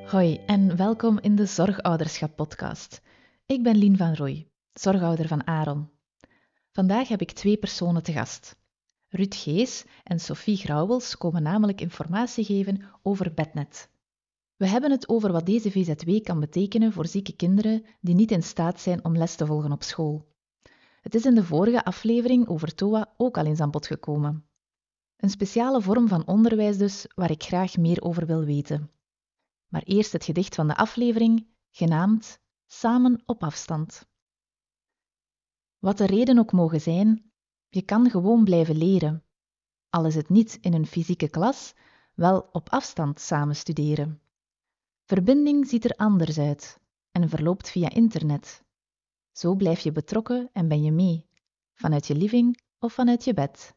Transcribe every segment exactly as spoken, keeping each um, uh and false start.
Hoi en welkom in de Zorgouderschap-podcast. Ik ben Lien van Rooij, zorgouder van Aaron. Vandaag heb ik twee personen te gast. Ruud Gees en Sophie Grauwels komen namelijk informatie geven over Bednet. We hebben het over wat deze V Z W kan betekenen voor zieke kinderen die niet in staat zijn om les te volgen op school. Het is in de vorige aflevering over T O A ook al eens aan bod gekomen. Een speciale vorm van onderwijs dus, waar ik graag meer over wil weten. Maar eerst het gedicht van de aflevering, genaamd Samen op afstand. Wat de reden ook mogen zijn, je kan gewoon blijven leren. Al is het niet in een fysieke klas, wel op afstand samen studeren. Verbinding ziet er anders uit en verloopt via internet. Zo blijf je betrokken en ben je mee, vanuit je living of vanuit je bed.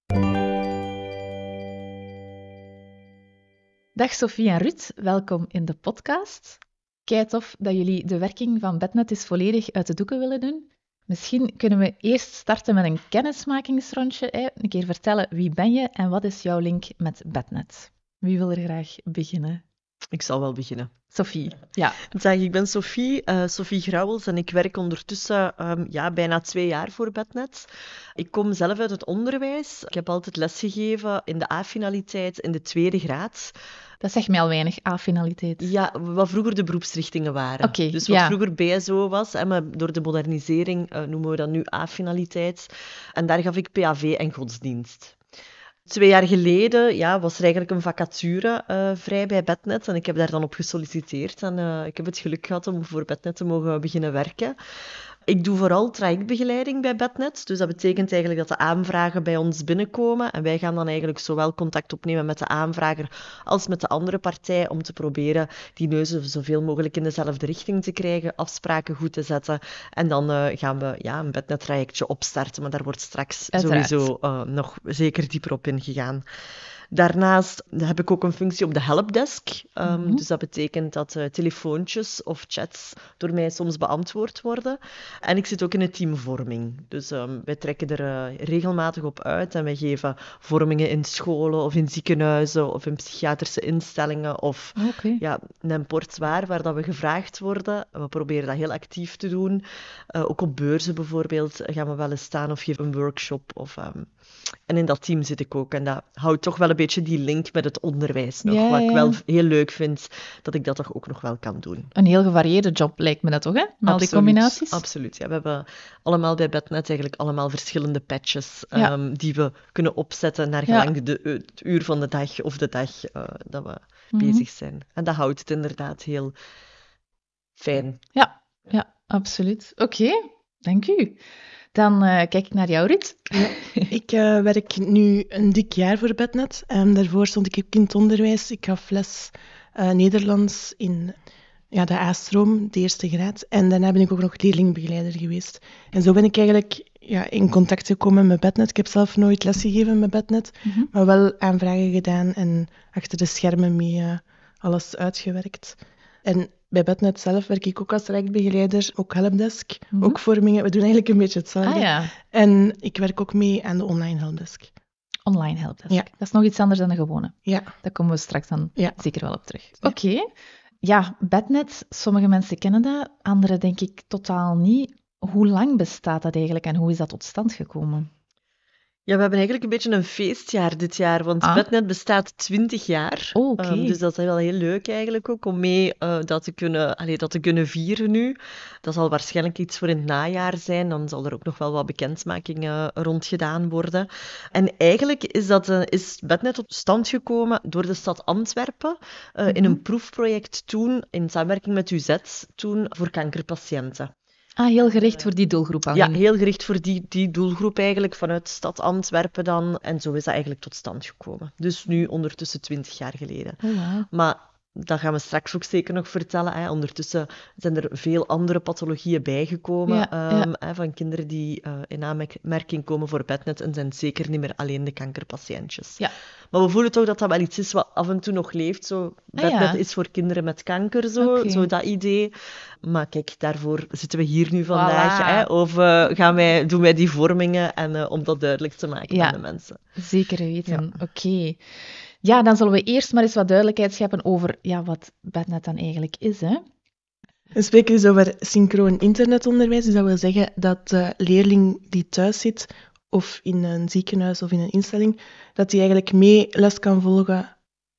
Dag Sophie en Ruud, welkom in de podcast. Kei tof dat jullie de werking van Bednet eens volledig uit de doeken willen doen. Misschien kunnen we eerst starten met een kennismakingsrondje. Hè? Een keer vertellen wie ben je en wat is jouw link met Bednet? Wie wil er graag beginnen? Ik zal wel beginnen. Sophie, ja. Zeg, ik ben Sophie, uh, Sophie Grauwels en ik werk ondertussen um, ja, bijna twee jaar voor Bednet. Ik kom zelf uit het onderwijs. Ik heb altijd lesgegeven in de A-finaliteit in de tweede graad. Dat zegt mij al weinig, A-finaliteit. Ja, wat vroeger de beroepsrichtingen waren. Okay, dus wat ja. vroeger B S O was, hè, maar door de modernisering uh, noemen we dat nu A-finaliteit. En daar gaf ik P A V en godsdienst. Twee jaar geleden ja, was er eigenlijk een vacature uh, vrij bij Bednet en ik heb daar dan op gesolliciteerd en uh, ik heb het geluk gehad om voor Bednet te mogen beginnen werken. Ik doe vooral trajectbegeleiding bij Bednet, dus dat betekent eigenlijk dat de aanvragen bij ons binnenkomen en wij gaan dan eigenlijk zowel contact opnemen met de aanvrager als met de andere partij om te proberen die neuzen zoveel mogelijk in dezelfde richting te krijgen, afspraken goed te zetten en dan uh, gaan we ja, een Bednet-trajectje opstarten, maar daar wordt straks Uiteraard. sowieso uh, nog zeker dieper op ingegaan. Daarnaast heb ik ook een functie op de helpdesk. Um, mm-hmm. Dus dat betekent dat uh, telefoontjes of chats door mij soms beantwoord worden. En ik zit ook in de teamvorming. Dus um, wij trekken er uh, regelmatig op uit en wij geven vormingen in scholen of in ziekenhuizen of in psychiatrische instellingen of okay. ja, n'importe waar, waar dat we gevraagd worden. We proberen dat heel actief te doen. Uh, ook op beurzen bijvoorbeeld gaan we wel eens staan of geven een workshop. Of, um, en in dat team zit ik ook. En dat houdt toch wel een beetje die link met het onderwijs nog. Ja, wat ja. ik wel heel leuk vind, dat ik dat toch ook nog wel kan doen. Een heel gevarieerde job lijkt me dat toch, hè? Met absoluut, al die combinaties? Absoluut, ja. We hebben allemaal bij Bednet eigenlijk allemaal verschillende patches ja. um, die we kunnen opzetten naar gelang ja. de, het uur van de dag of de dag uh, dat we mm-hmm. bezig zijn. En dat houdt het inderdaad heel fijn. Ja, ja, absoluut. Oké, okay, dank u. Dan uh, kijk ik naar jou, Ruud. Ja, ik uh, werk nu een dik jaar voor Bednet. Um, daarvoor stond ik in het onderwijs. Ik gaf les uh, Nederlands in ja, de A-stroom, de eerste graad. En daarna ben ik ook nog leerlingbegeleider geweest. En zo ben ik eigenlijk ja, in contact gekomen met Bednet. Ik heb zelf nooit lesgegeven met Bednet, mm-hmm. maar wel aanvragen gedaan en achter de schermen mee uh, alles uitgewerkt. En bij Bednet zelf werk ik ook als trajectbegeleider, ook helpdesk, mm-hmm. ook vormingen. We doen eigenlijk een beetje hetzelfde. Ah, ja. En ik werk ook mee aan de online helpdesk. Online helpdesk. Ja. Dat is nog iets anders dan de gewone. Ja. Daar komen we straks dan ja. zeker wel op terug. Ja. Oké. Okay. Ja, Bednet, sommige mensen kennen dat, anderen denk ik totaal niet. Hoe lang bestaat dat eigenlijk en hoe is dat tot stand gekomen? Ja, we hebben eigenlijk een beetje een feestjaar dit jaar, want ah. Bednet bestaat twintig jaar. Oh, okay. um, dus dat is wel heel leuk eigenlijk ook, om mee uh, dat, te kunnen, allee, dat te kunnen vieren nu. Dat zal waarschijnlijk iets voor in het najaar zijn, dan zal er ook nog wel wat bekendmaking uh, rond gedaan worden. En eigenlijk is, dat, uh, is Bednet tot stand gekomen door de stad Antwerpen, uh, mm-hmm. in een proefproject toen, in samenwerking met U Z, toen voor kankerpatiënten. Ah, heel gericht voor die doelgroep aan. Ja, heel gericht voor die, die doelgroep eigenlijk, vanuit de stad Antwerpen dan. En zo is dat eigenlijk tot stand gekomen. Dus nu ondertussen twintig jaar geleden. Oh, wow. Maar dat gaan we straks ook zeker nog vertellen. Hè. Ondertussen zijn er veel andere pathologieën bijgekomen. Ja, um, ja. hè, van kinderen die uh, in aanmerking komen voor Bednet. En zijn zeker niet meer alleen de kankerpatiëntjes. Ja. Maar we voelen toch dat dat wel iets is wat af en toe nog leeft. Zo, Bednet ah, ja. is voor kinderen met kanker, zo, okay. zo dat idee. Maar kijk, daarvoor zitten we hier nu vandaag. Voilà. Hè, of uh, gaan wij, doen wij die vormingen en, uh, om dat duidelijk te maken ja, aan de mensen. Zeker weten. Ja. Oké. Okay. Ja, dan zullen we eerst maar eens wat duidelijkheid scheppen over ja, wat bednet dan eigenlijk is. Hè? We spreken dus over synchroon internetonderwijs. Dus dat wil zeggen dat de leerling die thuis zit, of in een ziekenhuis of in een instelling, dat hij eigenlijk mee les kan volgen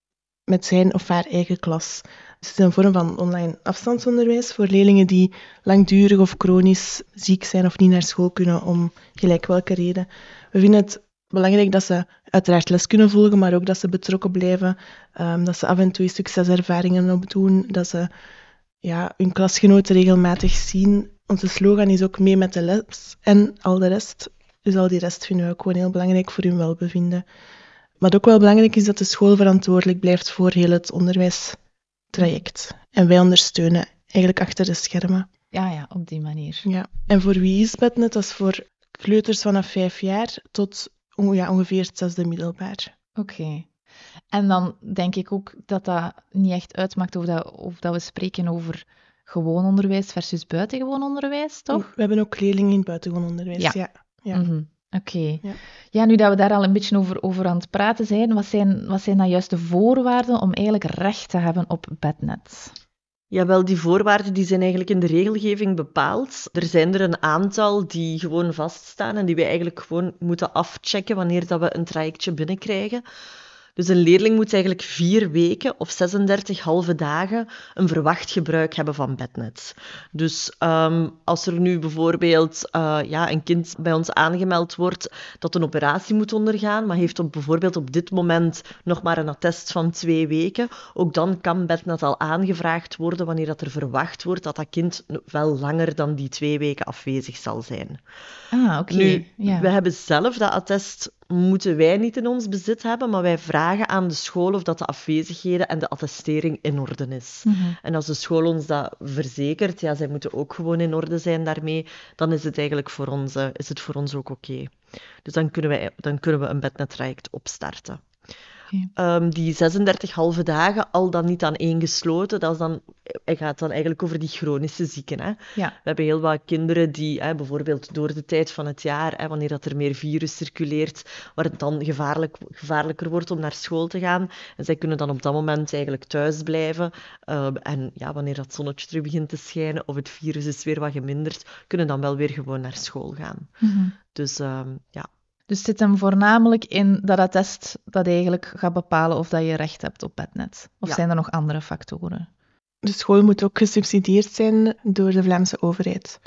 met zijn of haar eigen klas. Dus het is een vorm van online afstandsonderwijs voor leerlingen die langdurig of chronisch ziek zijn of niet naar school kunnen om gelijk welke reden. We vinden het belangrijk dat ze uiteraard les kunnen volgen, maar ook dat ze betrokken blijven, um, dat ze af en toe succeservaringen opdoen, dat ze ja, hun klasgenoten regelmatig zien. Onze slogan is ook mee met de les en al de rest. Dus al die rest vinden we ook gewoon heel belangrijk voor hun welbevinden. Wat ook wel belangrijk is dat de school verantwoordelijk blijft voor heel het onderwijstraject. En wij ondersteunen eigenlijk achter de schermen. Ja, ja, op die manier. Ja. En voor wie is bednet? Dat is voor kleuters vanaf vijf jaar tot ja, ongeveer het zesde middelbaar. Oké. Okay. En dan denk ik ook dat dat niet echt uitmaakt of dat, of dat we spreken over gewoon onderwijs versus buitengewoon onderwijs, toch? We hebben ook leerlingen in het buitengewoon onderwijs, ja. ja. ja. Mm-hmm. Oké. Okay. Ja. ja, nu dat we daar al een beetje over, over aan het praten zijn, wat zijn, wat zijn dan juist de voorwaarden om eigenlijk recht te hebben op bednet? Jawel, die voorwaarden die zijn eigenlijk in de regelgeving bepaald. Er zijn er een aantal die gewoon vaststaan en die wij eigenlijk gewoon moeten afchecken wanneer dat we een trajectje binnenkrijgen. Dus een leerling moet eigenlijk vier weken of zesendertig halve dagen een verwacht gebruik hebben van bednet. Dus um, als er nu bijvoorbeeld uh, ja, een kind bij ons aangemeld wordt dat een operatie moet ondergaan, maar heeft op, bijvoorbeeld op dit moment nog maar een attest van twee weken, ook dan kan bednet al aangevraagd worden wanneer dat er verwacht wordt dat dat kind wel langer dan die twee weken afwezig zal zijn. Ah, oké. Okay. Nu, ja. we hebben zelf dat attest moeten wij niet in ons bezit hebben, maar wij vragen aan de school of dat de afwezigheden en de attestering in orde is. Mm-hmm. En als de school ons dat verzekert, ja, zij moeten ook gewoon in orde zijn daarmee, dan is het eigenlijk voor ons, uh, is het voor ons ook oké. Okay. Dus dan kunnen, wij, dan kunnen we een bednet-traject opstarten. Okay. Um, die zesendertig halve dagen, al dan niet aan één gesloten, dat is dan, het gaat dan eigenlijk over die chronische zieken. Hè. Ja. We hebben heel wat kinderen die, hè, bijvoorbeeld door de tijd van het jaar, hè, wanneer dat er meer virus circuleert, waar het dan gevaarlijk, gevaarlijker wordt om naar school te gaan. En zij kunnen dan op dat moment eigenlijk thuis blijven. Um, en ja, wanneer dat zonnetje terug begint te schijnen of het virus is weer wat geminderd, kunnen dan wel weer gewoon naar school gaan. Mm-hmm. Dus um, ja. Dus het zit hem voornamelijk in dat attest dat eigenlijk gaat bepalen of dat je recht hebt op bednet? Of ja. zijn er nog andere factoren? De school moet ook gesubsidieerd zijn door de Vlaamse overheid.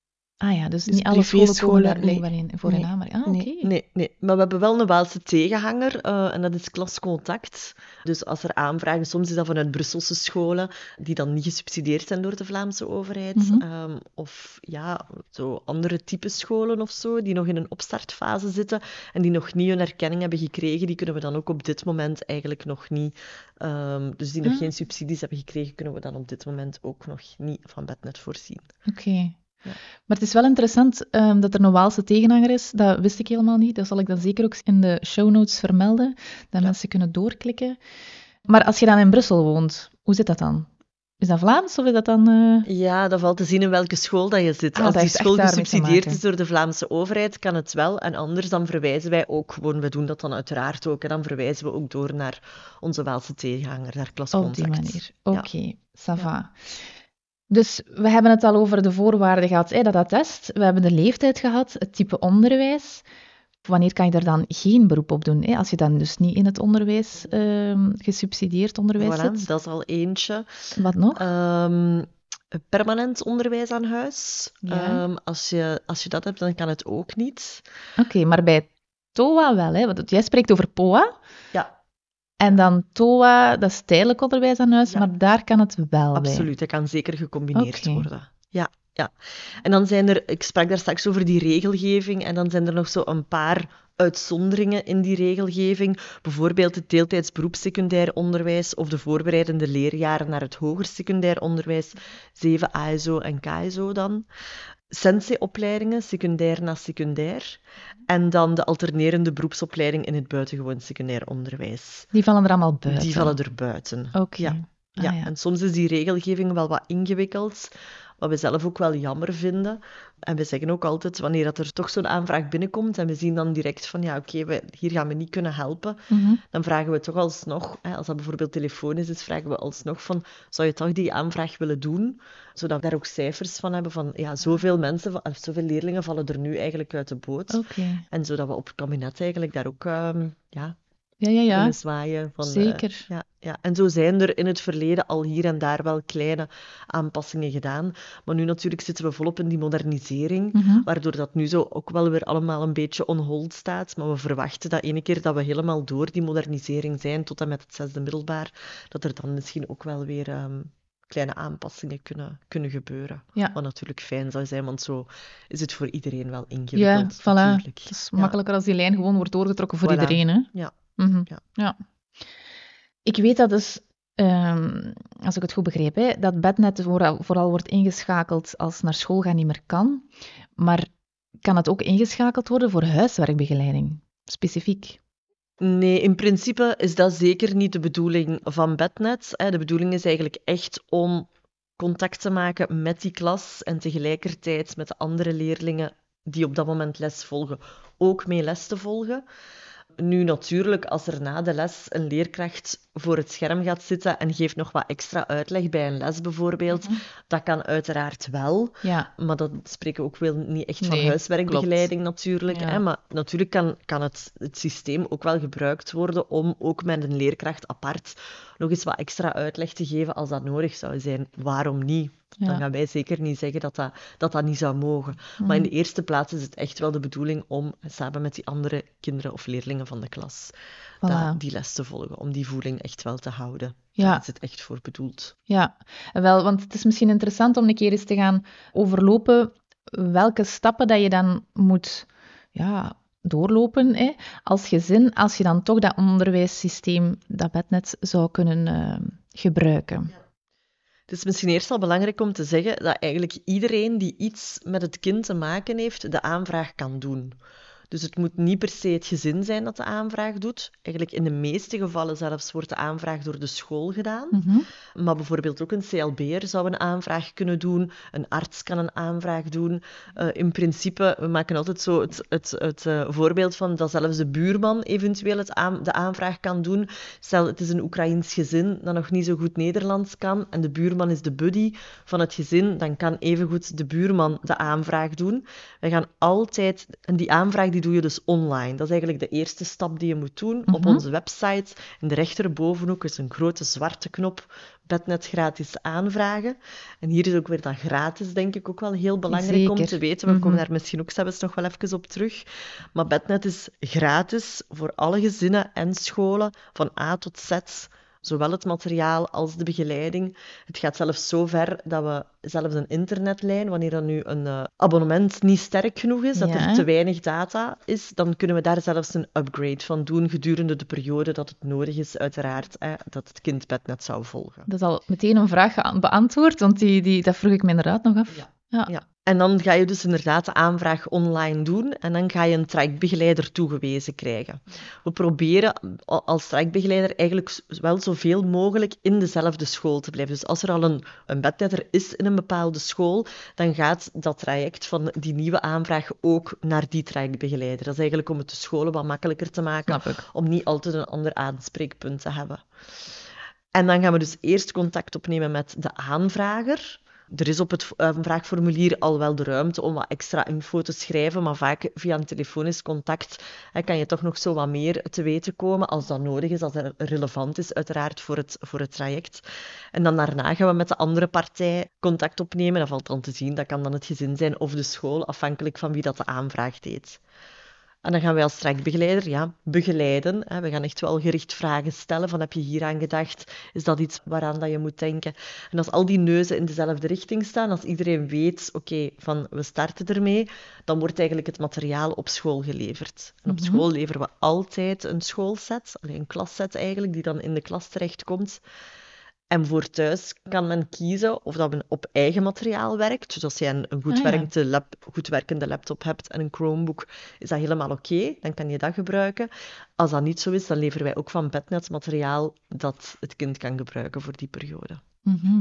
Ah ja, dus, dus niet alle scholen komen daar blijkbaar in, voor nee, in aanmerking. Ah, nee, oké. Okay. Nee, nee, maar we hebben wel een Waalse tegenhanger uh, en dat is Klascontact. Dus als er aanvragen, soms is dat vanuit Brusselse scholen, die dan niet gesubsidieerd zijn door de Vlaamse overheid. Mm-hmm. Um, of ja, zo andere type scholen of zo, die nog in een opstartfase zitten en die nog niet hun erkenning hebben gekregen, die kunnen we dan ook op dit moment eigenlijk nog niet... Um, dus die nog ah. geen subsidies hebben gekregen, kunnen we dan op dit moment ook nog niet van bednet voorzien. Oké. Okay. Ja. Maar het is wel interessant um, dat er een Waalse tegenhanger is. Dat wist ik helemaal niet. Dat zal ik dan zeker ook in de show notes vermelden. Dat ja. mensen kunnen doorklikken. Maar als je dan in Brussel woont, hoe zit dat dan? Is dat Vlaams of is dat dan... Uh... Ja, dat valt te zien in welke school dat je zit. Ah, als die school gesubsidieerd is door de Vlaamse overheid, kan het wel. En anders dan verwijzen wij ook gewoon... We doen dat dan uiteraard ook. En dan verwijzen we ook door naar onze Waalse tegenhanger, naar Klascontact. Op die manier. Oké, okay, ja. ça va. Ja. Dus we hebben het al over de voorwaarden gehad, hè, dat attest. We hebben de leeftijd gehad, het type onderwijs. Wanneer kan je daar dan geen beroep op doen? Hè? Als je dan dus niet in het onderwijs, uh, gesubsidieerd onderwijs voilà, zit. Dat is al eentje. Wat nog? Um, permanent onderwijs aan huis. Ja. Um, als, je, als je dat hebt, dan kan het ook niet. Oké, okay, maar bij T O A wel, hè? Want jij spreekt over P O A. Ja. En dan T O A, dat is tijdelijk onderwijs aan huis, ja. maar daar kan het wel bij. Absoluut, dat kan zeker gecombineerd okay. worden. Ja, ja. En dan zijn er, ik sprak daar straks over die regelgeving, en dan zijn er nog zo een paar uitzonderingen in die regelgeving. Bijvoorbeeld het deeltijds beroepssecundair onderwijs of de voorbereidende leerjaren naar het hoger secundair onderwijs, zeven A S O en K S O dan. Sensei-opleidingen, secundair na secundair. En dan de alternerende beroepsopleiding in het buitengewoon secundair onderwijs. Die vallen er allemaal buiten? Die vallen er buiten. Oké. Okay. Ja. Ja, ah, ja, en soms is die regelgeving wel wat ingewikkeld, wat we zelf ook wel jammer vinden. En we zeggen ook altijd, wanneer dat er toch zo'n aanvraag binnenkomt en we zien dan direct van, ja, oké, okay, hier gaan we niet kunnen helpen, Mm-hmm. dan vragen we toch alsnog, hè, als dat bijvoorbeeld telefonisch is, vragen we alsnog van, zou je toch die aanvraag willen doen? Zodat we daar ook cijfers van hebben van, ja, zoveel mensen, zoveel leerlingen vallen er nu eigenlijk uit de boot. Okay. En zodat we op het kabinet eigenlijk daar ook, um, ja... Ja, ja, ja. kunnen zwaaien. Van, Zeker. Uh, ja, ja. En zo zijn er in het verleden al hier en daar wel kleine aanpassingen gedaan. Maar nu natuurlijk zitten we volop in die modernisering, Mm-hmm. waardoor dat nu zo ook wel weer allemaal een beetje on hold staat. Maar we verwachten dat ene keer dat we helemaal door die modernisering zijn, tot en met het zesde middelbaar, dat er dan misschien ook wel weer... Um, kleine aanpassingen kunnen, kunnen gebeuren. Ja. Wat natuurlijk fijn zou zijn, want zo is het voor iedereen wel ingewikkeld. Ja, voilà. Natuurlijk. Het is ja. makkelijker als die lijn gewoon wordt doorgetrokken voor Voilà. iedereen. Hè? Ja. Mm-hmm. Ja. ja. Ik weet dat dus, um, als ik het goed begreep, hè, dat bednet vooral, vooral wordt ingeschakeld als naar school gaan niet meer kan. Maar kan het ook ingeschakeld worden voor huiswerkbegeleiding, specifiek? Nee, in principe is dat zeker niet de bedoeling van bednet. De bedoeling is eigenlijk echt om contact te maken met die klas en tegelijkertijd met de andere leerlingen die op dat moment les volgen, ook mee les te volgen. Nu natuurlijk, als er na de les een leerkracht voor het scherm gaat zitten en geeft nog wat extra uitleg bij een les bijvoorbeeld, mm-hmm. dat kan uiteraard wel. Ja. Maar dat spreken we ook wel niet echt van nee, huiswerkbegeleiding klopt. natuurlijk. Ja. Hè? Maar natuurlijk kan, kan het, het systeem ook wel gebruikt worden om ook met een leerkracht apart nog eens wat extra uitleg te geven als dat nodig zou zijn. Waarom niet? Ja. Dan gaan wij zeker niet zeggen dat dat, dat, dat niet zou mogen. Mm. Maar in de eerste plaats is het echt wel de bedoeling om samen met die andere kinderen of leerlingen van de klas voilà. dat, die les te volgen. Om die voeling echt wel te houden. Ja. Daar is het echt voor bedoeld. Ja, wel, want het is misschien interessant om een keer eens te gaan overlopen welke stappen dat je dan moet ja, doorlopen hè, als gezin, als je dan toch dat onderwijssysteem, dat bednet, zou kunnen uh, gebruiken. Ja. Het is misschien eerst al belangrijk om te zeggen dat eigenlijk iedereen die iets met het kind te maken heeft, de aanvraag kan doen. Dus het moet niet per se het gezin zijn dat de aanvraag doet. Eigenlijk in de meeste gevallen zelfs wordt de aanvraag door de school gedaan. Mm-hmm. Maar bijvoorbeeld ook een C L B'er zou een aanvraag kunnen doen. Een arts kan een aanvraag doen. Uh, in principe, we maken altijd zo het, het, het uh, voorbeeld van dat zelfs de buurman eventueel het aan, de aanvraag kan doen. Stel, het is een Oekraïens gezin dat nog niet zo goed Nederlands kan en de buurman is de buddy van het gezin, dan kan evengoed de buurman de aanvraag doen. Wij gaan altijd, en die aanvraag die doe je dus online. Dat is eigenlijk de eerste stap die je moet doen. Mm-hmm. Op onze website, in de rechterbovenhoek, is een grote zwarte knop, bednet gratis aanvragen. En hier is ook weer dat gratis, denk ik, ook wel heel belangrijk Zeker. om te weten. We mm-hmm. komen daar misschien ook zelfs nog wel even op terug. Maar bednet is gratis voor alle gezinnen en scholen, van A tot Z. Zowel het materiaal als de begeleiding. Het gaat zelfs zo ver dat we zelfs een internetlijn, wanneer dan nu een uh, abonnement niet sterk genoeg is, dat ja. er te weinig data is, dan kunnen we daar zelfs een upgrade van doen gedurende de periode dat het nodig is, uiteraard, hè, dat het kind bednet zou volgen. Dat is al meteen een vraag beantwoord, want die, die, dat vroeg ik me inderdaad nog af. Ja. Ja. ja. En dan ga je dus inderdaad de aanvraag online doen en dan ga je een trajectbegeleider toegewezen krijgen. We proberen als trajectbegeleider eigenlijk wel zoveel mogelijk in dezelfde school te blijven. Dus als er al een, een bednetter is in een bepaalde school, dan gaat dat traject van die nieuwe aanvraag ook naar die trajectbegeleider. Dat is eigenlijk om het de scholen wat makkelijker te maken, om niet altijd een ander aanspreekpunt te hebben. En dan gaan we dus eerst contact opnemen met de aanvrager. Er is op het vraagformulier al wel de ruimte om wat extra info te schrijven, maar vaak via een telefonisch contact hè, kan je toch nog zo wat meer te weten komen als dat nodig is, als dat relevant is, uiteraard voor het, voor het traject. En dan daarna gaan we met de andere partij contact opnemen. Dat valt dan te zien, dat kan dan het gezin zijn of de school, afhankelijk van wie dat de aanvraag deed. En dan gaan wij als trajectbegeleider ja, begeleiden. We gaan echt wel gericht vragen stellen van heb je hier aan gedacht? Is dat iets waaraan dat je moet denken? En als al die neuzen in dezelfde richting staan, als iedereen weet, oké, okay, van we starten ermee, dan wordt eigenlijk het materiaal op school geleverd. En op school leveren we altijd een schoolset, een klasset eigenlijk, die dan in de klas terechtkomt. En voor thuis kan men kiezen of dat men op eigen materiaal werkt. Dus als je een, een goed, ah, ja. lap, goed werkende laptop hebt en een Chromebook, is dat helemaal oké. Okay. Dan kan je dat gebruiken. Als dat niet zo is, dan leveren wij ook van bednet materiaal dat het kind kan gebruiken voor die periode. Mm-hmm.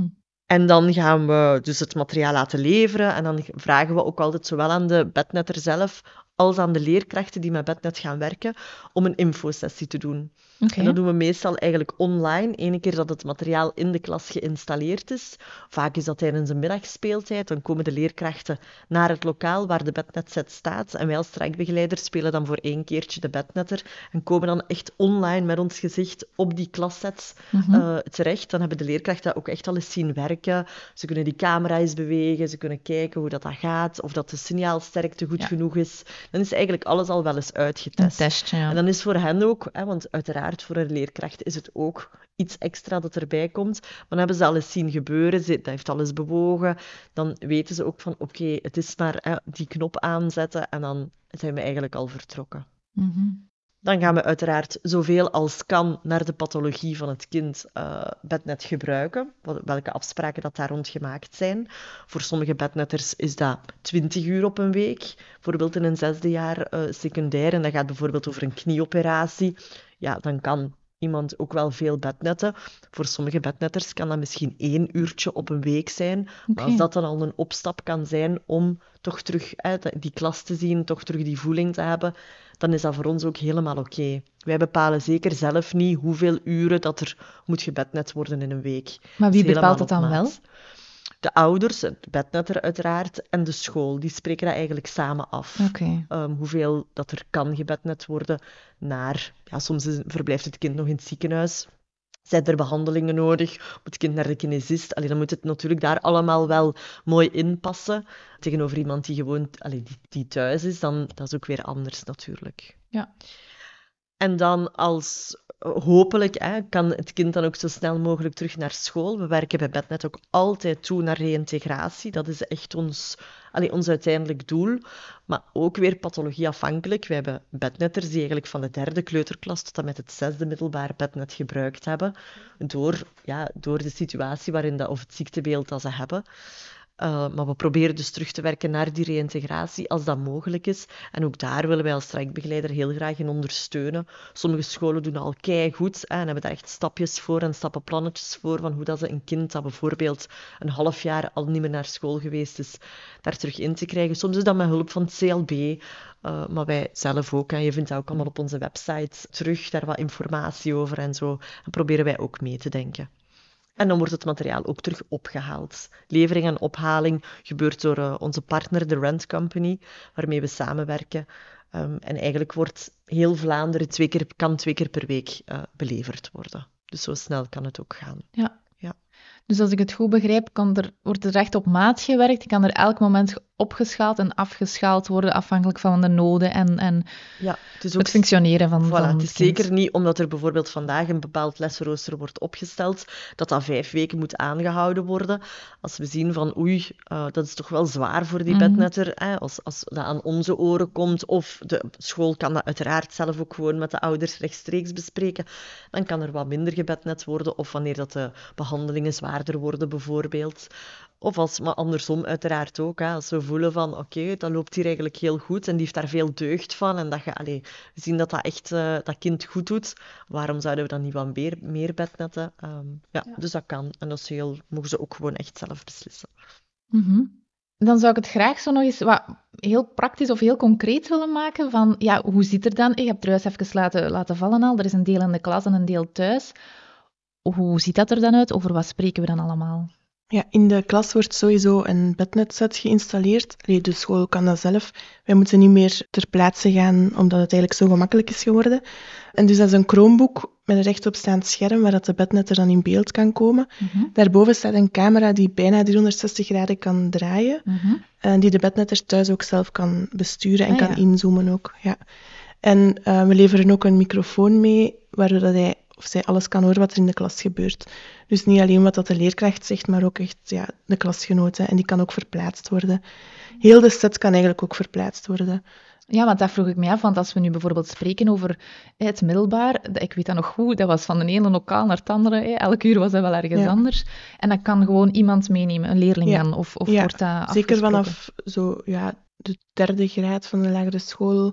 En dan gaan we dus het materiaal laten leveren en dan vragen we ook altijd zowel aan de bednetter zelf als aan de leerkrachten die met bednet gaan werken om een infosessie te doen. Okay. En dat doen we meestal eigenlijk online, ene keer dat het materiaal in de klas geïnstalleerd is. Vaak is dat tijdens een middagspeeltijd. Dan komen de leerkrachten naar het lokaal waar de bednetset staat. En wij als strijkbegeleiders spelen dan voor één keertje de bednetter en komen dan echt online met ons gezicht op die klassets Mm-hmm. uh, terecht. Dan hebben de leerkrachten dat ook echt al eens zien werken. Ze kunnen die camera eens bewegen, ze kunnen kijken hoe dat, dat gaat, of dat de signaalsterkte goed Ja. genoeg is. Dan is eigenlijk alles al wel eens uitgetest. Een testje, ja. En dan is voor hen ook, hè, want uiteraard voor een leerkracht is het ook iets extra dat erbij komt. Maar dan hebben ze al eens zien gebeuren, ze, dat heeft alles bewogen. Dan weten ze ook van, oké, okay, het is maar hè, die knop aanzetten en dan zijn we eigenlijk al vertrokken. Mm-hmm. Dan gaan we uiteraard zoveel als kan naar de pathologie van het kind uh, bednet gebruiken, welke afspraken dat daar rond gemaakt zijn. Voor sommige bednetters is dat twintig uur op een week, bijvoorbeeld in een zesde jaar uh, secundair, en dat gaat bijvoorbeeld over een knieoperatie. Ja, dan kan iemand ook wel veel bednetten. Voor sommige bednetters kan dat misschien één uurtje op een week zijn. Okay. Maar als dat dan al een opstap kan zijn om toch terug hè, die klas te zien, toch terug die voeling te hebben, dan is dat voor ons ook helemaal oké. Okay. Wij bepalen zeker zelf niet hoeveel uren dat er moet gebednet worden in een week. Maar wie bepaalt dat dan wel? De ouders, de bednetter uiteraard, en de school. Die spreken dat eigenlijk samen af. Okay. Um, hoeveel dat er kan gebednet worden naar... Ja, soms is, verblijft het kind nog in het ziekenhuis. Zijn er behandelingen nodig? Moet het kind naar de kinesist? Allee, dan moet het natuurlijk daar allemaal wel mooi inpassen. Tegenover iemand die gewoon allee, die, die thuis is, dan dat is ook weer anders natuurlijk. Ja. En dan als... Hopelijk hè, kan het kind dan ook zo snel mogelijk terug naar school. We werken bij Bednet ook altijd toe naar reïntegratie. Dat is echt ons, allee, ons uiteindelijk doel. Maar ook weer pathologieafhankelijk. We hebben bednetters die eigenlijk van de derde kleuterklas tot en met het zesde middelbaar bednet gebruikt hebben. Door, ja, door de situatie waarin dat, of het ziektebeeld dat ze hebben. Uh, maar we proberen dus terug te werken naar die reïntegratie als dat mogelijk is. En ook daar willen wij als trajectbegeleider heel graag in ondersteunen. Sommige scholen doen al keigoed hè, en hebben daar echt stapjes voor en stappenplannetjes voor van hoe dat ze een kind dat bijvoorbeeld een half jaar al niet meer naar school geweest is, daar terug in te krijgen. Soms is dat met hulp van het C L B, uh, maar wij zelf ook. Hè. Je vindt dat ook allemaal op onze website terug, daar wat informatie over en zo. En proberen wij ook mee te denken. En dan wordt het materiaal ook terug opgehaald. Levering en ophaling gebeurt door uh, onze partner, de Rent Company, waarmee we samenwerken. Um, en eigenlijk wordt heel Vlaanderen twee keer, kan twee keer per week uh, beleverd worden. Dus zo snel kan het ook gaan. Ja. Ja. Dus als ik het goed begrijp, kan er, wordt er echt op maat gewerkt? Kan er elk moment opgeschaald en afgeschaald worden, afhankelijk van de noden en, en ja, het, is ook, het functioneren van, voilà, van het is het kind. zeker niet omdat er bijvoorbeeld vandaag een bepaald lesrooster wordt opgesteld, dat dat vijf weken moet aangehouden worden. Als we zien van oei, uh, dat is toch wel zwaar voor die mm-hmm. bednetter, hè, als, als dat aan onze oren komt, of de school kan dat uiteraard zelf ook gewoon met de ouders rechtstreeks bespreken, dan kan er wat minder gebednet worden, of wanneer dat de behandelingen zwaarder worden bijvoorbeeld. Of als, maar andersom uiteraard ook, hè, als we voelen van oké, okay, dat loopt hier eigenlijk heel goed en die heeft daar veel deugd van en dat je, allee, we zien dat dat echt uh, dat kind goed doet, waarom zouden we dan niet wat meer, meer bednetten? Um, ja, ja, dus dat kan en dat is heel, mogen ze ook gewoon echt zelf beslissen. Mm-hmm. Dan zou ik het graag zo nog eens wat heel praktisch of heel concreet willen maken van, ja, hoe zit er dan? Ik heb het er juist even laten, laten vallen al, er is een deel in de klas en een deel thuis. Hoe ziet dat er dan uit? Over wat spreken we dan allemaal? Ja, in de klas wordt sowieso een bednetset geïnstalleerd. Allee, de school kan dat zelf. Wij moeten niet meer ter plaatse gaan, omdat het eigenlijk zo gemakkelijk is geworden. En dus dat is een Chromebook met een rechtopstaand scherm, waar dat de bednetter dan in beeld kan komen. Mm-hmm. Daarboven staat een camera die bijna driehonderdzestig graden kan draaien. Mm-hmm. En die de bednetter thuis ook zelf kan besturen en ah, kan ja. inzoomen ook. Ja. En uh, we leveren ook een microfoon mee, waardoor dat hij of zij alles kan horen wat er in de klas gebeurt. Dus niet alleen wat dat de leerkracht zegt, maar ook echt ja, de klasgenoten. En die kan ook verplaatst worden. Heel de set kan eigenlijk ook verplaatst worden. Ja, want dat vroeg ik me af, want als we nu bijvoorbeeld spreken over het middelbaar, ik weet dat nog goed, dat was van de ene lokaal naar het andere, elk uur was dat wel ergens ja. anders. En dat kan gewoon iemand meenemen, een leerling ja. dan, of, of ja. wordt dat afgesproken? Zeker vanaf zo, ja, de derde graad van de lagere school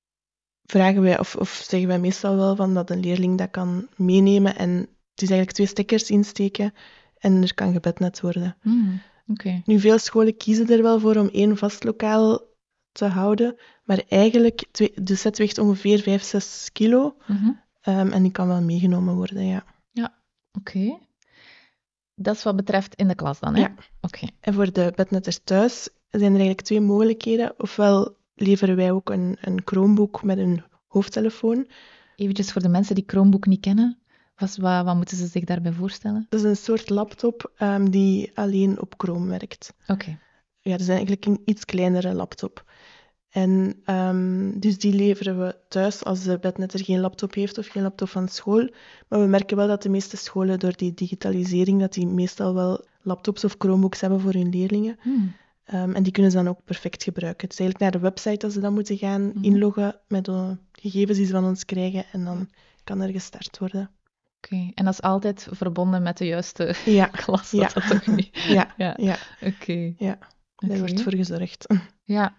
vragen wij, of, of zeggen wij meestal wel van dat een leerling dat kan meenemen en het is eigenlijk twee stekkers insteken en er kan gebednet worden. Mm, Oké. Okay. Nu, veel scholen kiezen er wel voor om één vast lokaal te houden, maar eigenlijk, de set weegt ongeveer vijf, zes kilo Mm-hmm. um, en die kan wel meegenomen worden, ja. Ja, oké. Okay. Dat is wat betreft in de klas dan, hè? Ja. Oké. Okay. En voor de bednetters thuis zijn er eigenlijk twee mogelijkheden. Ofwel leveren wij ook een, een Chromebook met een hoofdtelefoon. Eventjes voor de mensen die Chromebook niet kennen, wat, wat, wat moeten ze zich daarbij voorstellen? Dat is een soort laptop um, die alleen op Chrome werkt. Oké. Okay. Ja, dat is eigenlijk een iets kleinere laptop. En um, dus die leveren we thuis als de bednetter geen laptop heeft of geen laptop van school. Maar we merken wel dat de meeste scholen door die digitalisering, dat die meestal wel laptops of Chromebooks hebben voor hun leerlingen. Hmm. Um, en die kunnen ze dan ook perfect gebruiken. Het is eigenlijk naar de website dat ze dan moeten gaan mm-hmm. inloggen met de gegevens die ze van ons krijgen en dan kan er gestart worden. Oké, okay. En dat is altijd verbonden met de juiste ja. klas? Ja. Dat toch niet? ja. ja. ja. Oké. Okay. Ja, daar okay. wordt voor gezorgd. Ja.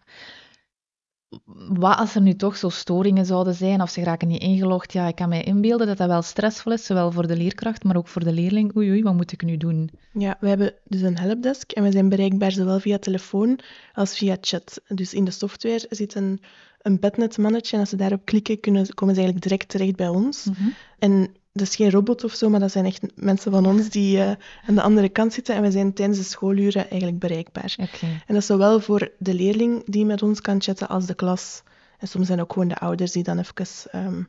Wat als er nu toch zo storingen zouden zijn of ze raken niet ingelogd? Ja, ik kan mij inbeelden dat dat wel stressvol is, zowel voor de leerkracht, maar ook voor de leerling. Oei, oei, wat moet ik nu doen? Ja, we hebben dus een helpdesk en we zijn bereikbaar zowel via telefoon als via chat. Dus in de software zit een, een bednetmannetje en als ze daarop klikken, kunnen, komen ze eigenlijk direct terecht bij ons. Mm-hmm. En dat is geen robot of zo, maar dat zijn echt mensen van ons die uh, aan de andere kant zitten en we zijn tijdens de schooluren eigenlijk bereikbaar. Okay. En dat is zowel voor de leerling die met ons kan chatten als de klas. En soms zijn ook gewoon de ouders die dan even um,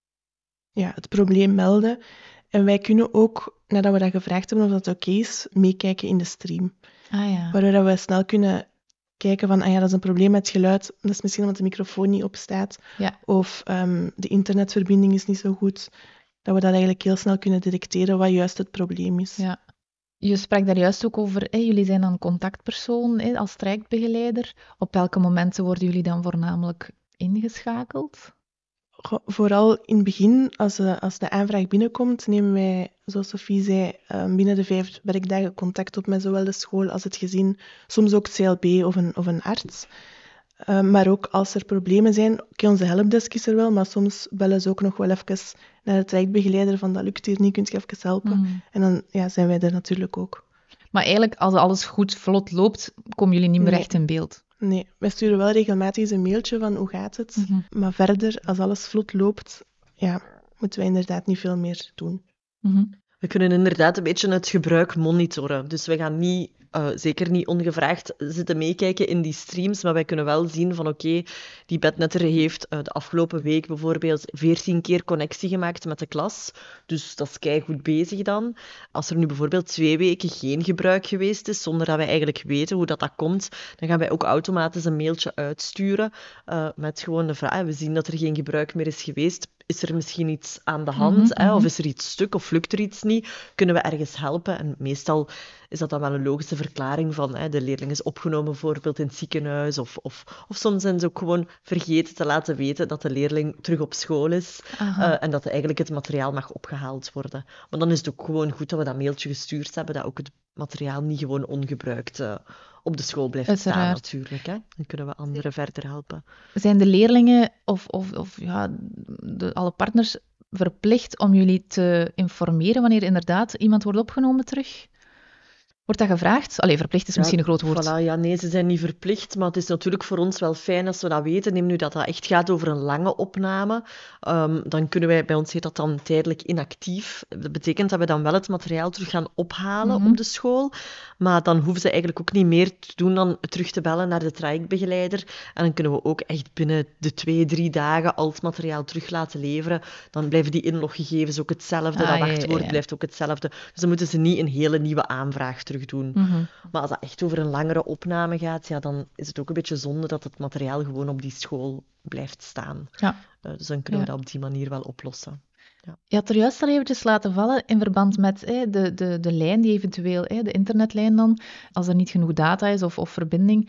ja, het probleem melden. En wij kunnen ook, nadat we dat gevraagd hebben of dat oké okay is, meekijken in de stream. Ah, ja. Waardoor we snel kunnen kijken van, ah ja, dat is een probleem met het geluid. Dat is misschien omdat de microfoon niet opstaat. Ja. Of um, de internetverbinding is niet zo goed. Dat we dat eigenlijk heel snel kunnen detecteren wat juist het probleem is. Ja. Je sprak daar juist ook over, hè, jullie zijn dan contactpersoon hè, als trajectbegeleider. Op welke momenten worden jullie dan voornamelijk ingeschakeld? Go- vooral in het begin, als de, als de aanvraag binnenkomt, nemen wij, zoals Sophie zei, binnen de vijf werkdagen contact op met zowel de school als het gezin. Soms ook het C L B of een, of een arts. Uh, maar ook als er problemen zijn, okay, onze helpdesk is er wel, maar soms bellen ze ook nog wel even naar de trajectbegeleider van dat lukt hier niet, kunt je even helpen? Mm. En dan ja, zijn wij er natuurlijk ook. Maar eigenlijk, als alles goed, vlot loopt, komen jullie niet meer nee. echt in beeld? Nee, wij sturen wel regelmatig een mailtje van hoe gaat het, mm-hmm. maar verder, als alles vlot loopt, ja, moeten wij inderdaad niet veel meer doen. Mm-hmm. We kunnen inderdaad een beetje het gebruik monitoren. Dus we gaan niet, uh, zeker niet ongevraagd zitten meekijken in die streams, maar wij kunnen wel zien van oké, okay, die bednetter heeft uh, de afgelopen week bijvoorbeeld veertien keer connectie gemaakt met de klas. Dus dat is keigoed bezig dan. Als er nu bijvoorbeeld twee weken geen gebruik geweest is, zonder dat wij eigenlijk weten hoe dat, dat komt, dan gaan wij ook automatisch een mailtje uitsturen uh, met gewoon de vraag, we zien dat er geen gebruik meer is geweest. Is er misschien iets aan de hand? Mm-hmm, hè? mm-hmm. Of is er iets stuk? Of lukt er iets niet? Kunnen we ergens helpen? En meestal is dat dan wel een logische verklaring van hè, de leerling is opgenomen bijvoorbeeld in het ziekenhuis. Of, of, of soms zijn ze ook gewoon vergeten te laten weten dat de leerling terug op school is. Uh, en dat eigenlijk het materiaal mag opgehaald worden. Maar dan is het ook gewoon goed dat we dat mailtje gestuurd hebben, dat ook het materiaal niet gewoon ongebruikt uh, op de school blijft Uiteraard. staan natuurlijk. Hè? Dan kunnen we anderen verder helpen. Zijn de leerlingen of, of, of ja, de, alle partners verplicht om jullie te informeren wanneer inderdaad iemand wordt opgenomen terug? Wordt dat gevraagd? Allee, verplicht is ja, misschien een groot woord. Voilà, ja, nee, ze zijn niet verplicht, maar het is natuurlijk voor ons wel fijn als we dat weten. Neem nu dat dat echt gaat over een lange opname, um, dan kunnen wij, bij ons heet dat dan tijdelijk inactief. Dat betekent dat we dan wel het materiaal terug gaan ophalen mm-hmm. op de school, maar dan hoeven ze eigenlijk ook niet meer te doen dan terug te bellen naar de trajectbegeleider. En dan kunnen we ook echt binnen de twee, drie dagen al het materiaal terug laten leveren. Dan blijven die inloggegevens ook hetzelfde, ah, dat wachtwoord ja, ja, ja. blijft ook hetzelfde. Dus dan moeten ze niet een hele nieuwe aanvraag terug doen. Mm-hmm. Maar als dat echt over een langere opname gaat, ja, dan is het ook een beetje zonde dat het materiaal gewoon op die school blijft staan. Ja. Uh, dus dan kunnen ja. we dat op die manier wel oplossen. Ja. Je had er juist al eventjes laten vallen in verband met hè, de, de, de lijn die eventueel, hè, de internetlijn dan, als er niet genoeg data is of, of verbinding.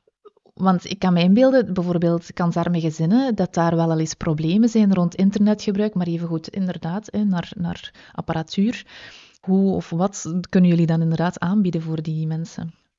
Want ik kan me inbeelden, bijvoorbeeld kansarme gezinnen, dat daar wel al eens problemen zijn rond internetgebruik, maar evengoed inderdaad hè, naar, naar apparatuur. Hoe of wat kunnen jullie dan inderdaad aanbieden voor die mensen?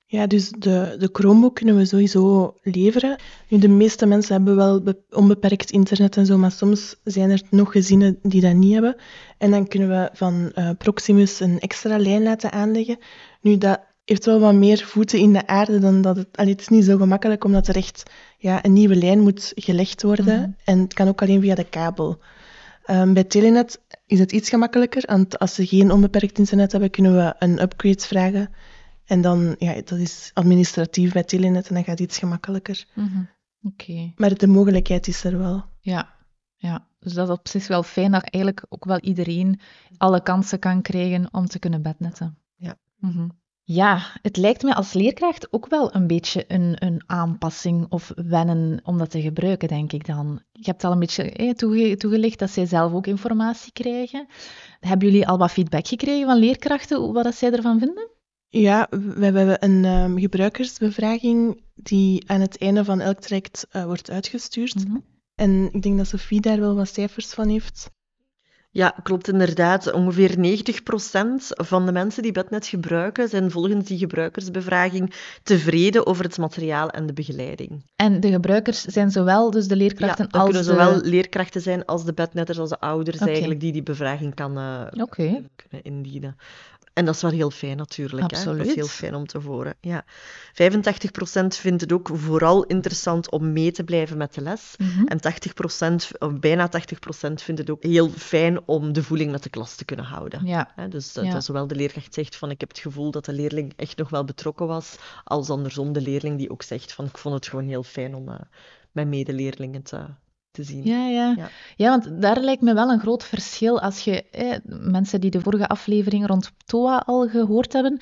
Ja, dus de, de Chromebook kunnen we sowieso leveren. Nu, de meeste mensen hebben wel be- onbeperkt internet en zo, maar soms zijn er nog gezinnen die dat niet hebben. En dan kunnen we van uh, Proximus een extra lijn laten aanleggen. Nu, dat heeft wel wat meer voeten in de aarde dan dat het... Allee, het is niet zo gemakkelijk, omdat er echt ja, een nieuwe lijn moet gelegd worden. Mm-hmm. En het kan ook alleen via de kabel. Um, bij Telenet is het iets gemakkelijker, want als ze geen onbeperkt internet hebben, kunnen we een upgrade vragen. En dan, ja, dat is administratief bij Telenet en dan gaat het iets gemakkelijker. Mm-hmm. Oké. Okay. Maar de mogelijkheid is er wel. Ja, ja. Dus dat is op zich wel fijn dat eigenlijk ook wel iedereen alle kansen kan krijgen om te kunnen bednetten. Ja. Mm-hmm. Ja, het lijkt me als leerkracht ook wel een beetje een, een aanpassing of wennen om dat te gebruiken, denk ik dan. Je hebt al een beetje eh, toege, toegelicht dat zij zelf ook informatie krijgen. Hebben jullie al wat feedback gekregen van leerkrachten, wat dat zij ervan vinden? Ja, we hebben een um, gebruikersbevraging die aan het einde van elk traject uh, wordt uitgestuurd. Mm-hmm. En ik denk dat Sophie daar wel wat cijfers van heeft. Ja, klopt inderdaad. Ongeveer negentig procent van de mensen die Bednet gebruiken, zijn volgens die gebruikersbevraging tevreden over het materiaal en de begeleiding. En de gebruikers zijn zowel dus de leerkrachten ja, dat als kunnen de... zowel leerkrachten zijn als de bednetters, als de ouders okay. eigenlijk, die die bevraging kan, uh, okay. kunnen indienen. En dat is wel heel fijn natuurlijk. Absoluut. Hè? Dat is heel fijn om te horen. Ja. vijfentachtig procent vindt het ook vooral interessant om mee te blijven met de les. Mm-hmm. En tachtig procent, of bijna tachtig procent vindt het ook heel fijn om de voeling met de klas te kunnen houden. Ja. Hè? Dus dat, ja. dat zowel de leerkracht zegt van ik heb het gevoel dat de leerling echt nog wel betrokken was, als andersom de leerling die ook zegt van ik vond het gewoon heel fijn om uh, mijn medeleerlingen te... te zien. Ja, ja. Ja. ja, want daar lijkt me wel een groot verschil als je eh, mensen die de vorige aflevering rond T O A al gehoord hebben.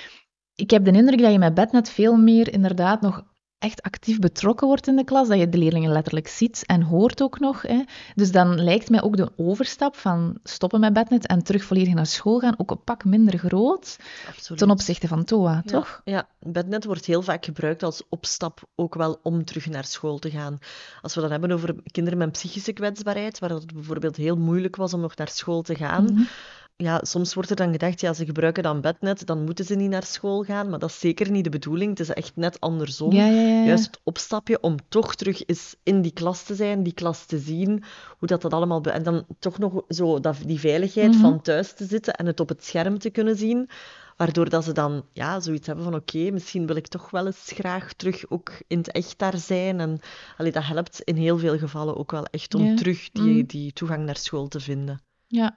Ik heb de indruk dat je met Bednet veel meer inderdaad nog echt actief betrokken wordt in de klas, dat je de leerlingen letterlijk ziet en hoort ook nog. Hè. Dus dan lijkt mij ook de overstap van stoppen met Bednet en terug volledig naar school gaan ook een pak minder groot. Absoluut. Ten opzichte van T O A, ja, toch? Ja, Bednet wordt heel vaak gebruikt als opstap ook wel om terug naar school te gaan. Als we dan hebben over kinderen met psychische kwetsbaarheid, waar het bijvoorbeeld heel moeilijk was om nog naar school te gaan... Mm-hmm. Ja, soms wordt er dan gedacht, ja, ze gebruiken dan Bednet, dan moeten ze niet naar school gaan. Maar dat is zeker niet de bedoeling. Het is echt net andersom. Ja, ja, ja. Juist het opstapje om toch terug eens in die klas te zijn, die klas te zien, hoe dat, dat allemaal... Be- en dan toch nog zo dat, die veiligheid mm-hmm. van thuis te zitten en het op het scherm te kunnen zien. Waardoor dat ze dan ja, zoiets hebben van oké, okay, misschien wil ik toch wel eens graag terug ook in het echt daar zijn. En allee, dat helpt in heel veel gevallen ook wel echt om ja. terug die, mm. die toegang naar school te vinden. Ja.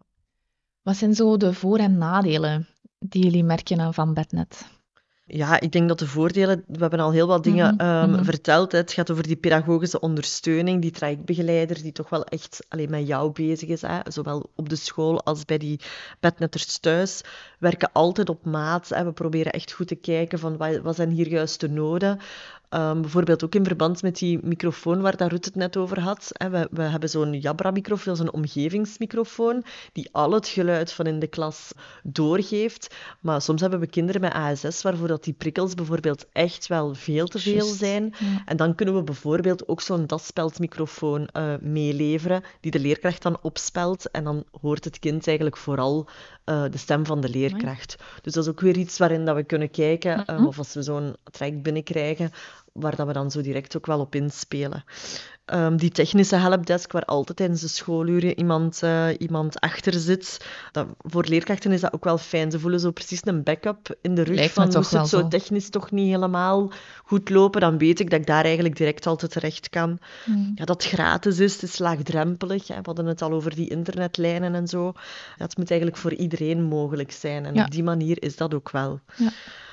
Wat zijn zo de voor- en nadelen die jullie merken van Bednet? Ja, ik denk dat de voordelen... We hebben al heel wat dingen mm-hmm. um, mm-hmm. verteld. Hè. Het gaat over die pedagogische ondersteuning, die trajectbegeleider, die toch wel echt alleen met jou bezig is. Hè. Zowel op de school als bij die bednetters thuis. We werken altijd op maat. Hè. We proberen echt goed te kijken van wat, wat zijn hier juist de noden. Um, bijvoorbeeld ook in verband met die microfoon waar Ruud het net over had. Hè. We, we hebben zo'n Jabra-microfoon, zo'n omgevingsmicrofoon, die al het geluid van in de klas doorgeeft. Maar soms hebben we kinderen met A S S, waarvoor dat die prikkels bijvoorbeeld echt wel veel te veel zijn. Ja. En dan kunnen we bijvoorbeeld ook zo'n daspeldmicrofoon uh, meeleveren, die de leerkracht dan opspelt. En dan hoort het kind eigenlijk vooral uh, de stem van de leerkracht. Nee. Dus dat is ook weer iets waarin dat we kunnen kijken, uh-huh. um, of als we zo'n traject binnenkrijgen, waar dat we dan zo direct ook wel op inspelen. Um, die technische helpdesk, waar altijd tijdens de schooluren iemand, uh, iemand achter zit. Dat, voor leerkrachten is dat ook wel fijn. Ze voelen zo precies een backup in de rug. Lijkt van, moest het zo, zo technisch toch niet helemaal goed lopen, dan weet ik dat ik daar eigenlijk direct altijd terecht kan. Mm. Ja, dat gratis is, het is laagdrempelig. Hè. We hadden het al over die internetlijnen en zo. Ja, het moet eigenlijk voor iedereen mogelijk zijn. En ja. op die manier is dat ook wel. Ja.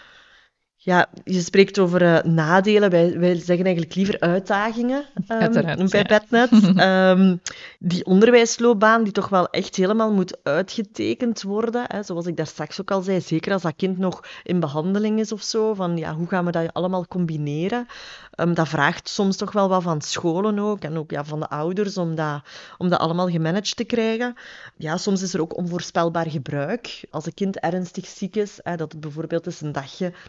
Ja, je spreekt over uh, nadelen. Wij, wij zeggen eigenlijk liever uitdagingen um, bij Bednet. um, die onderwijsloopbaan die toch wel echt helemaal moet uitgetekend worden. Hè, zoals ik daar straks ook al zei, zeker als dat kind nog in behandeling is of zo. Van, ja, hoe gaan we dat allemaal combineren? Um, dat vraagt soms toch wel wat van scholen ook. En ook ja, van de ouders om dat, om dat allemaal gemanaged te krijgen. Ja, soms is er ook onvoorspelbaar gebruik. Als een kind ernstig ziek is, hè, dat het bijvoorbeeld eens een dagje, dat het gewoon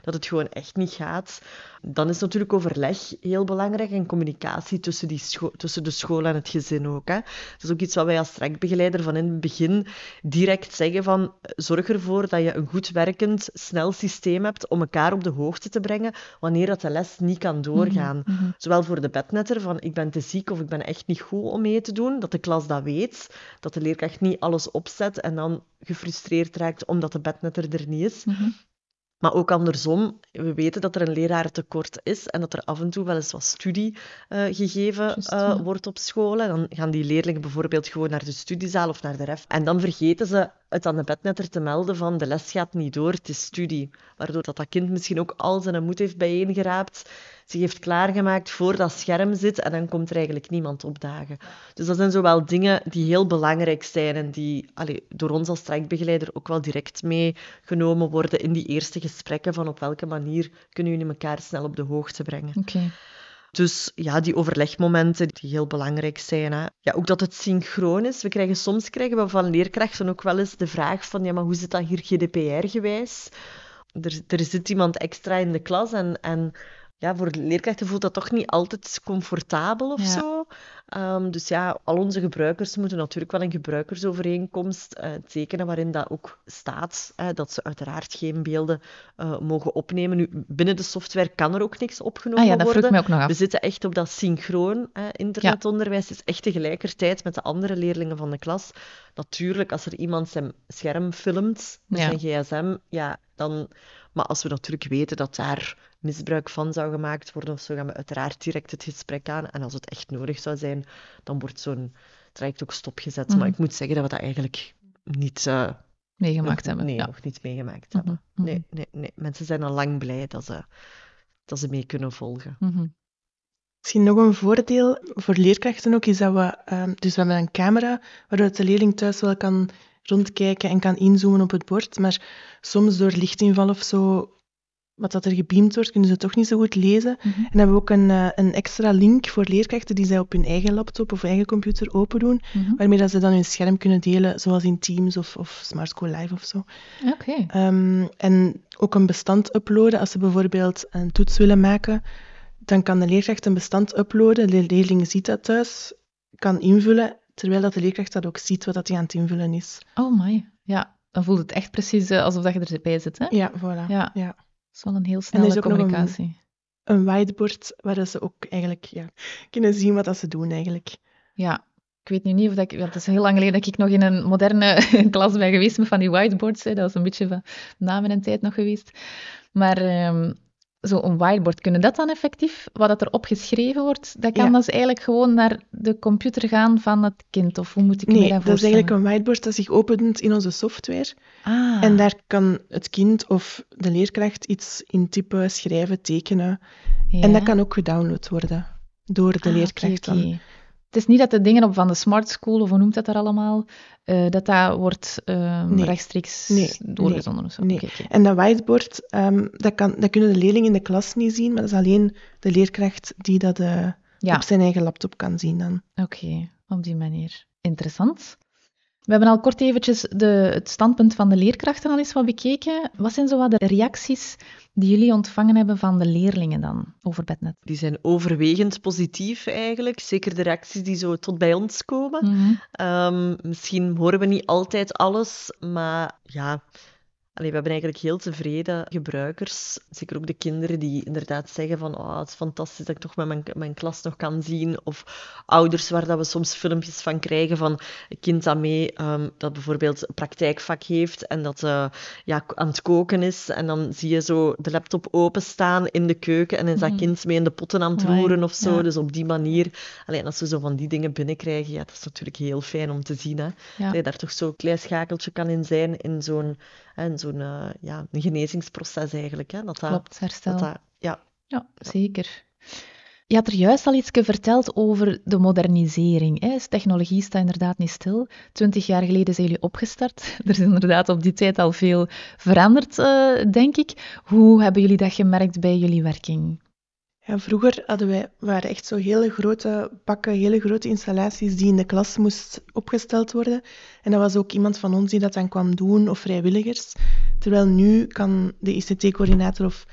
echt niet gaat, dan is natuurlijk overleg heel belangrijk en communicatie tussen, die scho- tussen de school en het gezin ook. Hè. Dat is ook iets wat wij als trajectbegeleider van in het begin direct zeggen van zorg ervoor dat je een goed werkend, snel systeem hebt om elkaar op de hoogte te brengen wanneer dat de les niet kan doorgaan. Mm-hmm. Zowel voor de bednetter van ik ben te ziek of ik ben echt niet goed om mee te doen, dat de klas dat weet, dat de leerkracht niet alles opzet en dan gefrustreerd raakt omdat de bednetter er niet is. Mm-hmm. Maar ook andersom, we weten dat er een lerarentekort is en dat er af en toe wel eens wat studie uh, gegeven Just, uh, ja. wordt op school. En dan gaan die leerlingen bijvoorbeeld gewoon naar de studiezaal of naar de ref. En dan vergeten ze het aan de bednetter te melden van de les gaat niet door, het is studie. Waardoor dat, dat kind misschien ook al zijn moed heeft bijeengeraapt, zich heeft klaargemaakt voor dat scherm zit en dan komt er eigenlijk niemand opdagen. Dus dat zijn zowel dingen die heel belangrijk zijn en die allee, door ons als trajectbegeleider ook wel direct meegenomen worden in die eerste gesprekken van op welke manier kunnen jullie elkaar snel op de hoogte brengen. Okay. Dus ja, die overlegmomenten die heel belangrijk zijn. Hè. Ja, ook dat het synchroon is. We krijgen, soms krijgen we van leerkrachten ook wel eens de vraag van ja, maar hoe zit dat hier G D P R-gewijs? Er, er zit iemand extra in de klas en... en ja, voor de leerkrachten voelt dat toch niet altijd comfortabel of ja. zo. Um, dus ja, al onze gebruikers moeten natuurlijk wel een gebruikersovereenkomst uh, tekenen waarin dat ook staat uh, dat ze uiteraard geen beelden uh, mogen opnemen. Nu, binnen de software kan er ook niks opgenomen ah, ja, dat worden. vroeg mij ook nog af. We zitten echt op dat synchroon uh, internetonderwijs. Het is echt tegelijkertijd met de andere leerlingen van de klas. Natuurlijk, als er iemand zijn scherm filmt met ja. zijn gsm, ja, dan... Maar als we natuurlijk weten dat daar misbruik van zou gemaakt worden of zo, gaan we uiteraard direct het gesprek aan. En als het echt nodig zou zijn, dan wordt zo'n traject ook stopgezet. Mm-hmm. Maar ik moet zeggen dat we dat eigenlijk niet... Uh, meegemaakt nog, hebben. Nee, ja. nog niet meegemaakt mm-hmm. hebben. Nee, nee, nee. Mensen zijn al lang blij dat ze, dat ze mee kunnen volgen. Mm-hmm. Misschien nog een voordeel voor leerkrachten ook, is dat we... Um, dus we hebben een camera, waardoor de leerling thuis wel kan rondkijken en kan inzoomen op het bord. Maar soms door lichtinval of zo, wat dat er gebeamd wordt, kunnen ze het toch niet zo goed lezen. Mm-hmm. En dan hebben we ook een, uh, een extra link voor leerkrachten die zij op hun eigen laptop of eigen computer open doen, mm-hmm. waarmee dat ze dan hun scherm kunnen delen, zoals in Teams of, of Smart School Live of zo. Oké. Okay. Um, en ook een bestand uploaden. Als ze bijvoorbeeld een toets willen maken, dan kan de leerkracht een bestand uploaden. De leerling ziet dat thuis, kan invullen, terwijl dat de leerkracht dat ook ziet wat dat hij aan het invullen is. Oh my, ja. Dan voelt het echt precies uh, alsof dat je erbij zit, hè? Ja, voilà. Ja. ja. Dat is wel een heel snelle en er is ook communicatie. Nog een, een whiteboard waar ze ook eigenlijk ja, kunnen zien wat dat ze doen eigenlijk. Ja. Ik weet nu niet of dat ik... Het is heel lang geleden dat ik nog in een moderne klas ben geweest met van die whiteboards. Hè. Dat was een beetje van na mijn tijd nog geweest. Maar... Um, zo'n whiteboard, kunnen dat dan effectief, wat dat er opgeschreven wordt, dat kan ja. dus eigenlijk gewoon naar de computer gaan van het kind, of hoe moet ik nee, me dat voorstellen? Nee, dat is eigenlijk een whiteboard dat zich opent in onze software. Ah. En daar kan het kind of de leerkracht iets in typen, schrijven, tekenen. Ja. En dat kan ook gedownload worden door de ah, leerkracht okay, okay. dan. Het is niet dat de dingen op van de Smart School, of hoe noemt dat daar allemaal, uh, dat dat wordt uh, nee. rechtstreeks nee. doorgezonden of zo? Nee. Okay, okay. En dat whiteboard, um, dat, kan, dat kunnen de leerlingen in de klas niet zien, maar dat is alleen de leerkracht die dat uh, ja. op zijn eigen laptop kan zien dan. Oké, okay, op die manier. Interessant. We hebben al kort eventjes de, het standpunt van de leerkrachten al eens wat bekeken. Wat zijn zo wat de reacties die jullie ontvangen hebben van de leerlingen dan over Bednet? Die zijn overwegend positief eigenlijk. Zeker de reacties die zo tot bij ons komen. Mm-hmm. Um, misschien horen we niet altijd alles, maar ja... Allee, we hebben eigenlijk heel tevreden gebruikers. Zeker ook de kinderen die inderdaad zeggen van oh, het is fantastisch dat ik toch met mijn, mijn klas nog kan zien. Of ouders waar dat we soms filmpjes van krijgen van een kind dat mee, um, dat bijvoorbeeld een praktijkvak heeft en dat uh, ja, aan het koken is. En dan zie je zo de laptop openstaan in de keuken en is dat mm-hmm. kind mee in de potten aan het roeren Amai, of zo. Ja. Dus op die manier, allee, als we zo van die dingen binnenkrijgen, ja, dat is natuurlijk heel fijn om te zien. Hè? Ja. Dat je daar toch zo'n klein schakeltje kan in zijn in zo'n... En zo'n uh, ja, een genezingsproces eigenlijk. Hè? Dat dat, Klopt, herstel. Dat dat, ja. ja, zeker. Je had er juist al iets verteld over de modernisering. Hè? Technologie staat inderdaad niet stil. Twintig jaar geleden zijn jullie opgestart. Er is inderdaad op die tijd al veel veranderd, uh, denk ik. Hoe hebben jullie dat gemerkt bij jullie werking? Ja, vroeger hadden wij, waren echt zo hele grote bakken, hele grote installaties die in de klas moest opgesteld worden. En dat was ook iemand van ons die dat dan kwam doen, of vrijwilligers. Terwijl nu kan de I C T-coördinator of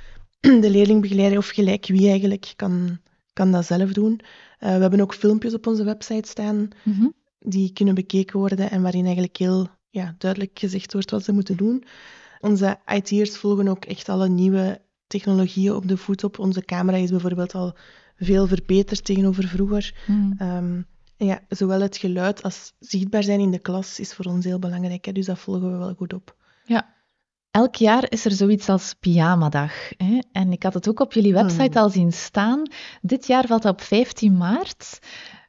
de leerlingbegeleider of gelijk wie eigenlijk kan, kan dat zelf doen. Uh, we hebben ook filmpjes op onze website staan Mm-hmm. die kunnen bekeken worden en waarin eigenlijk heel ja, duidelijk gezegd wordt wat ze moeten doen. Onze I T'ers volgen ook echt alle nieuwe technologieën op de voet op. Onze camera is bijvoorbeeld al veel verbeterd tegenover vroeger. Mm. Um, en ja, zowel het geluid als zichtbaar zijn in de klas is voor ons heel belangrijk. Hè? Dus dat volgen we wel goed op. Ja. Elk jaar is er zoiets als pyjamadag. Hè? En ik had het ook op jullie website Hmm. al zien staan. Dit jaar valt dat op vijftien maart.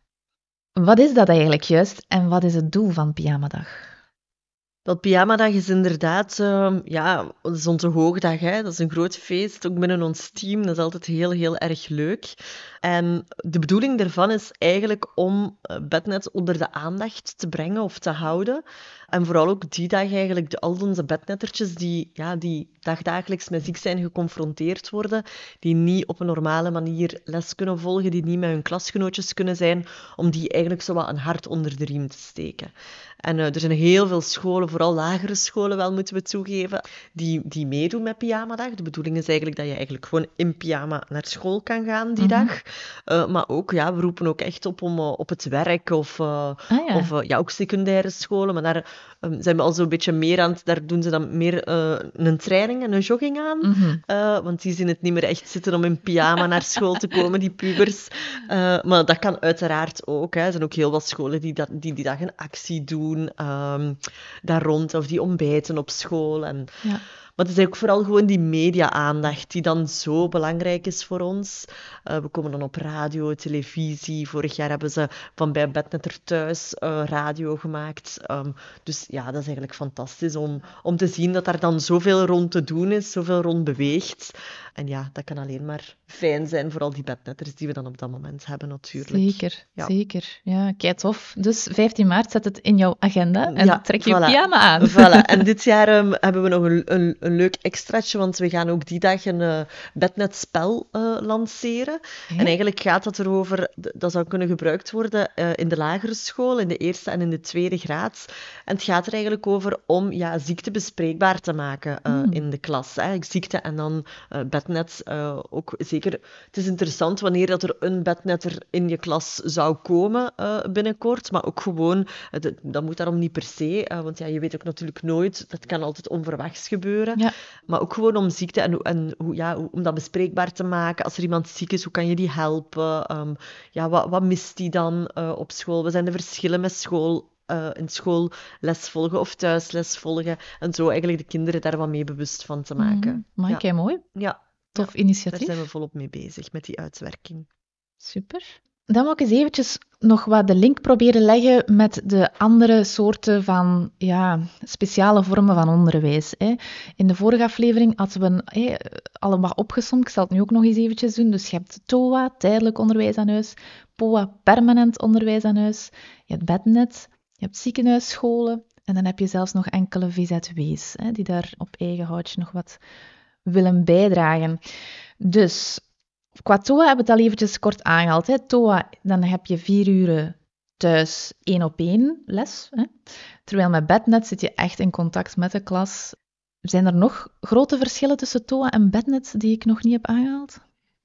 Wat is dat eigenlijk juist en wat is het doel van pyjamadag? Wel, pyjamadag is inderdaad, uh, ja, dat is onze hoogdag, hè. Dat is een groot feest, ook binnen ons team. Dat is altijd heel, heel erg leuk. En de bedoeling daarvan is eigenlijk om Bednet onder de aandacht te brengen of te houden. En vooral ook die dag eigenlijk de, al onze bednettertjes die, ja, die dagdagelijks met ziek zijn geconfronteerd worden, die niet op een normale manier les kunnen volgen, die niet met hun klasgenootjes kunnen zijn, om die eigenlijk zo wat een hart onder de riem te steken. En uh, er zijn heel veel scholen, vooral lagere scholen wel, moeten we toegeven, die, die meedoen met pyjamadag. De bedoeling is eigenlijk dat je eigenlijk gewoon in pyjama naar school kan gaan die Mm-hmm. dag. Uh, maar ook, ja, we roepen ook echt op om uh, op het werk of, uh, Ah, ja. of uh, ja, ook secundaire scholen. Maar daar um, zijn we al zo'n beetje meer aan het, daar doen ze dan meer uh, een training en een jogging aan. Mm-hmm. Uh, want die zien het niet meer echt zitten om in pyjama naar school te komen, die pubers. Uh, maar dat kan uiteraard ook. Hè. Er zijn ook heel wat scholen die dat, die, die dag een actie doen. Um, daar rond, of die ontbijten op school. En, Ja. maar het is ook vooral gewoon die media-aandacht die dan zo belangrijk is voor ons. Uh, we komen dan op radio, televisie. Vorig jaar hebben ze van bij Bednetter thuis uh, radio gemaakt. Um, dus ja, dat is eigenlijk fantastisch om, om te zien dat daar dan zoveel rond te doen is, zoveel rond beweegt. En ja, dat kan alleen maar fijn zijn voor al die bednetters die we dan op dat moment hebben natuurlijk. Zeker, Ja. zeker. Ja, kei tof. Dus vijftien maart, zet het in jouw agenda en Ja, trek je voilà. pyjama aan. Voilà. En dit jaar um, hebben we nog een, een, een leuk extraatje, want we gaan ook die dag een uh, bednetspel uh, lanceren. Okay. En eigenlijk gaat dat erover, dat zou kunnen gebruikt worden uh, in de lagere school, in de eerste en in de tweede graad. En het gaat er eigenlijk over om ja, ziekte bespreekbaar te maken uh, mm. in de klas. Hè. Ziekte en dan uh, bednet uh, ook zeker. Het is interessant wanneer dat er een bednetter in je klas zou komen uh, binnenkort, maar ook gewoon, uh, dat moet daarom niet per se, uh, want ja, je weet ook natuurlijk nooit, dat kan altijd onverwachts gebeuren. Ja. Maar ook gewoon om ziekte en, en hoe, ja, om dat bespreekbaar te maken. Als er iemand ziek is, hoe kan je die helpen? Um, ja, wat, wat mist die dan uh, op school? Wat zijn de verschillen met school? Uh, in school les volgen of thuis les volgen. En zo eigenlijk de kinderen daar wat mee bewust van te maken. Mm, maar ja. kei mooi. Ja. Tof ja. initiatief. Daar zijn we volop mee bezig, met die uitwerking. Super. Dan wil ik eens eventjes nog wat de link proberen leggen met de andere soorten van ja, speciale vormen van onderwijs. Hè. In de vorige aflevering hadden we hè, allemaal opgesomd. Ik zal het nu ook nog eens eventjes doen. Dus je hebt T O A, tijdelijk onderwijs aan huis. P O A, permanent onderwijs aan huis. Je hebt Bednet. Je hebt ziekenhuisscholen. En dan heb je zelfs nog enkele V Z W's, hè, die daar op eigen houtje nog wat willen bijdragen. Dus... Qua T O A hebben we het al eventjes kort aangehaald. Hè. T O A, dan heb je vier uren thuis één op één les. Hè. Terwijl met Bednet zit je echt in contact met de klas. Zijn er nog grote verschillen tussen T O A en Bednet die ik nog niet heb aangehaald?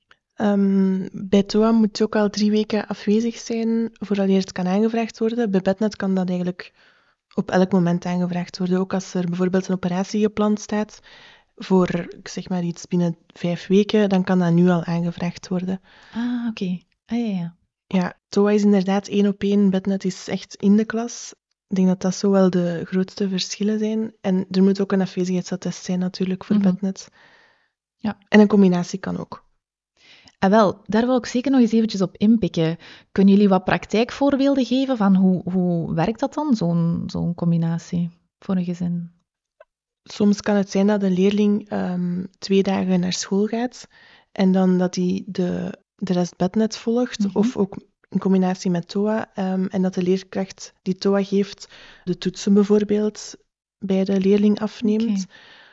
Um, bij T O A moet je ook al drie weken afwezig zijn voordat het kan aangevraagd worden. Bij Bednet kan dat eigenlijk op elk moment aangevraagd worden. Ook als er bijvoorbeeld een operatie gepland staat voor, ik zeg maar iets binnen vijf weken, dan kan dat nu al aangevraagd worden. Ah, oké. Okay. Ah, ja, ja. Ja, T O A is inderdaad één op één, Bednet is echt in de klas. Ik denk dat dat zo wel de grootste verschillen zijn. En er moet ook een afwezigheidsattest zijn natuurlijk voor mm-hmm. Bednet. Ja. En een combinatie kan ook. Ah, wel, daar wil ik zeker nog eens eventjes op inpikken. Kunnen jullie wat praktijkvoorbeelden geven van hoe, hoe werkt dat dan, zo'n, zo'n combinatie voor een gezin? Soms kan het zijn dat een leerling um, twee dagen naar school gaat en dan dat hij de, de rest Bednet volgt, mm-hmm. of ook in combinatie met T O A, um, en dat de leerkracht die T O A geeft de toetsen bijvoorbeeld bij de leerling afneemt, okay.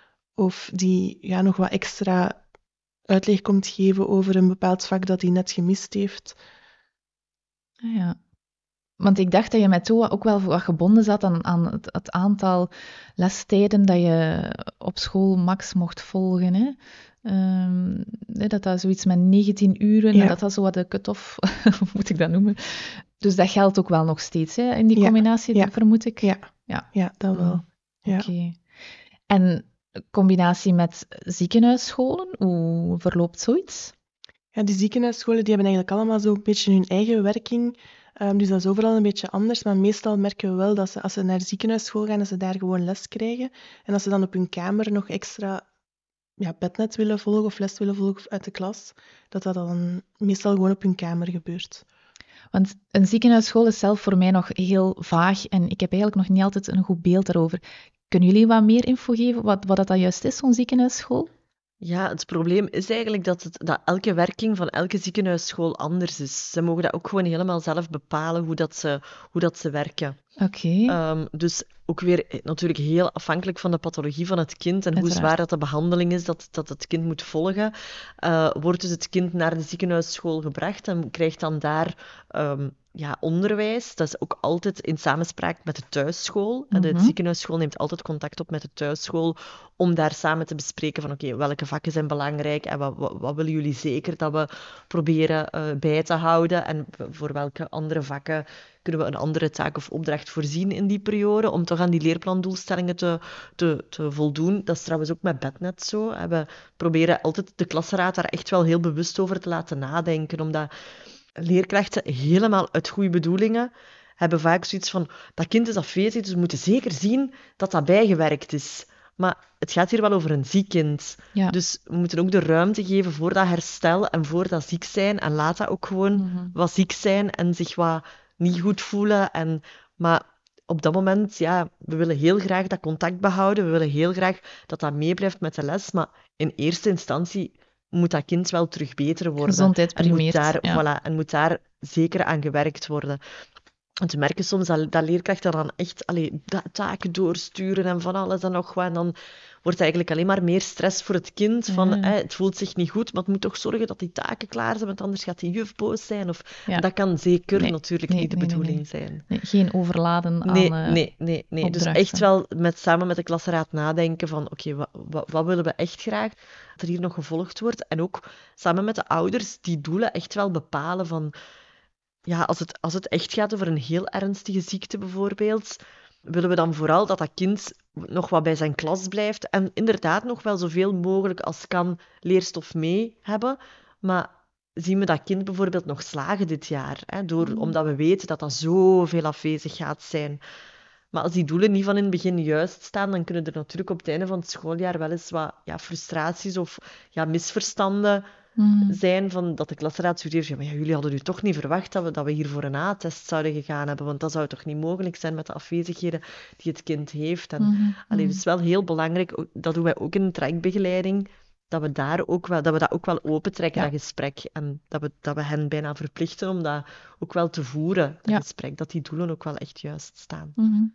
Of die ja, nog wat extra uitleg komt geven over een bepaald vak dat hij net gemist heeft. Ah, ja. Want ik dacht dat je met Toa ook wel wat gebonden zat aan, aan het, het aantal lestijden dat je op school max mocht volgen. Hè? Um, dat dat zoiets met negentien uren, Ja. dat dat zo wat de cut-off, hoe moet ik dat noemen? Dus dat geldt ook wel nog steeds, hè, in die Ja. combinatie, Ja. vermoed ik. Ja, Ja. ja dat wel. Ja. Oké. Okay. En combinatie met ziekenhuisscholen, hoe verloopt zoiets? Ja, die ziekenhuisscholen die hebben eigenlijk allemaal zo'n beetje hun eigen werking. Um, dus dat is overal een beetje anders. Maar meestal merken we wel dat ze, als ze naar de ziekenhuisschool gaan, dat ze daar gewoon les krijgen. En als ze dan op hun kamer nog extra ja, bednet willen volgen of les willen volgen uit de klas, dat dat dan meestal gewoon op hun kamer gebeurt. Want een ziekenhuisschool is zelf voor mij nog heel vaag en ik heb eigenlijk nog niet altijd een goed beeld daarover. Kunnen jullie wat meer info geven wat, wat dat dan juist is, zo'n ziekenhuisschool? Ja, het probleem is eigenlijk dat, het, dat elke werking van elke ziekenhuisschool anders is. Ze mogen dat ook gewoon helemaal zelf bepalen hoe dat ze, hoe dat ze werken. Oké. Okay. Um, dus ook weer natuurlijk heel afhankelijk van de pathologie van het kind en Uiteraard. Hoe zwaar dat de behandeling is dat, dat het kind moet volgen. Uh, wordt dus het kind naar de ziekenhuisschool gebracht en krijgt dan daar um, ja, onderwijs. Dat is ook altijd in samenspraak met de thuisschool. Mm-hmm. De ziekenhuisschool neemt altijd contact op met de thuisschool om daar samen te bespreken van oké, okay, welke vakken zijn belangrijk en wat, wat, wat willen jullie zeker dat we proberen uh, bij te houden en voor welke andere vakken kunnen we een andere taak of opdracht voorzien in die periode om toch aan die leerplandoelstellingen te, te, te voldoen. Dat is trouwens ook met Bednet zo. We proberen altijd de klasraad daar echt wel heel bewust over te laten nadenken, omdat leerkrachten helemaal uit goede bedoelingen hebben vaak zoiets van, dat kind is afwezig, dus we moeten zeker zien dat dat bijgewerkt is. Maar het gaat hier wel over een ziek kind. Ja. Dus we moeten ook de ruimte geven voor dat herstel en voor dat ziek zijn. En laat dat ook gewoon mm-hmm. wat ziek zijn en zich wat niet goed voelen. En, maar op dat moment, ja, we willen heel graag dat contact behouden. We willen heel graag dat dat meeblijft met de les. Maar in eerste instantie moet dat kind wel terug beter worden. Gezondheid primeert. En moet daar, ja. voilà, en moet daar zeker aan gewerkt worden. Want we merken soms dat, dat leerkrachten dan echt allee, taken doorsturen en van alles en nog wat. En dan wordt eigenlijk alleen maar meer stress voor het kind. Van, ja. eh, het voelt zich niet goed, maar het moet toch zorgen dat die taken klaar zijn, want anders gaat die juf boos zijn. Of, ja. Dat kan zeker nee, natuurlijk nee, niet de nee, bedoeling nee, nee. zijn. Nee, geen overladen aan Nee, uh, nee, nee. nee. Dus echt wel met, samen met de klasraad nadenken van oké, okay, wat, wat, wat willen we echt graag dat er hier nog gevolgd wordt. En ook samen met de ouders die doelen echt wel bepalen van... Ja, als het, als het echt gaat over een heel ernstige ziekte bijvoorbeeld, willen we dan vooral dat dat kind nog wat bij zijn klas blijft en inderdaad nog wel zoveel mogelijk als kan leerstof mee hebben. Maar zien we dat kind bijvoorbeeld nog slagen dit jaar, hè, door, omdat we weten dat dat zoveel afwezig gaat zijn. Maar als die doelen niet van in het begin juist staan, dan kunnen er natuurlijk op het einde van het schooljaar wel eens wat ja, frustraties of ja, misverstanden Mm. zijn van dat de klasraad studeert. Ja, maar ja, jullie hadden u toch niet verwacht dat we, dat we hier voor een A-test zouden gegaan hebben, want dat zou toch niet mogelijk zijn met de afwezigheden die het kind heeft. En, mm-hmm. allee, het is wel heel belangrijk, dat doen wij ook in de trajectbegeleiding, dat we, daar ook wel, dat we dat ook wel opentrekken, ja. dat gesprek. En dat we, dat we hen bijna verplichten om dat ook wel te voeren, dat ja. gesprek. Dat die doelen ook wel echt juist staan. Mm-hmm.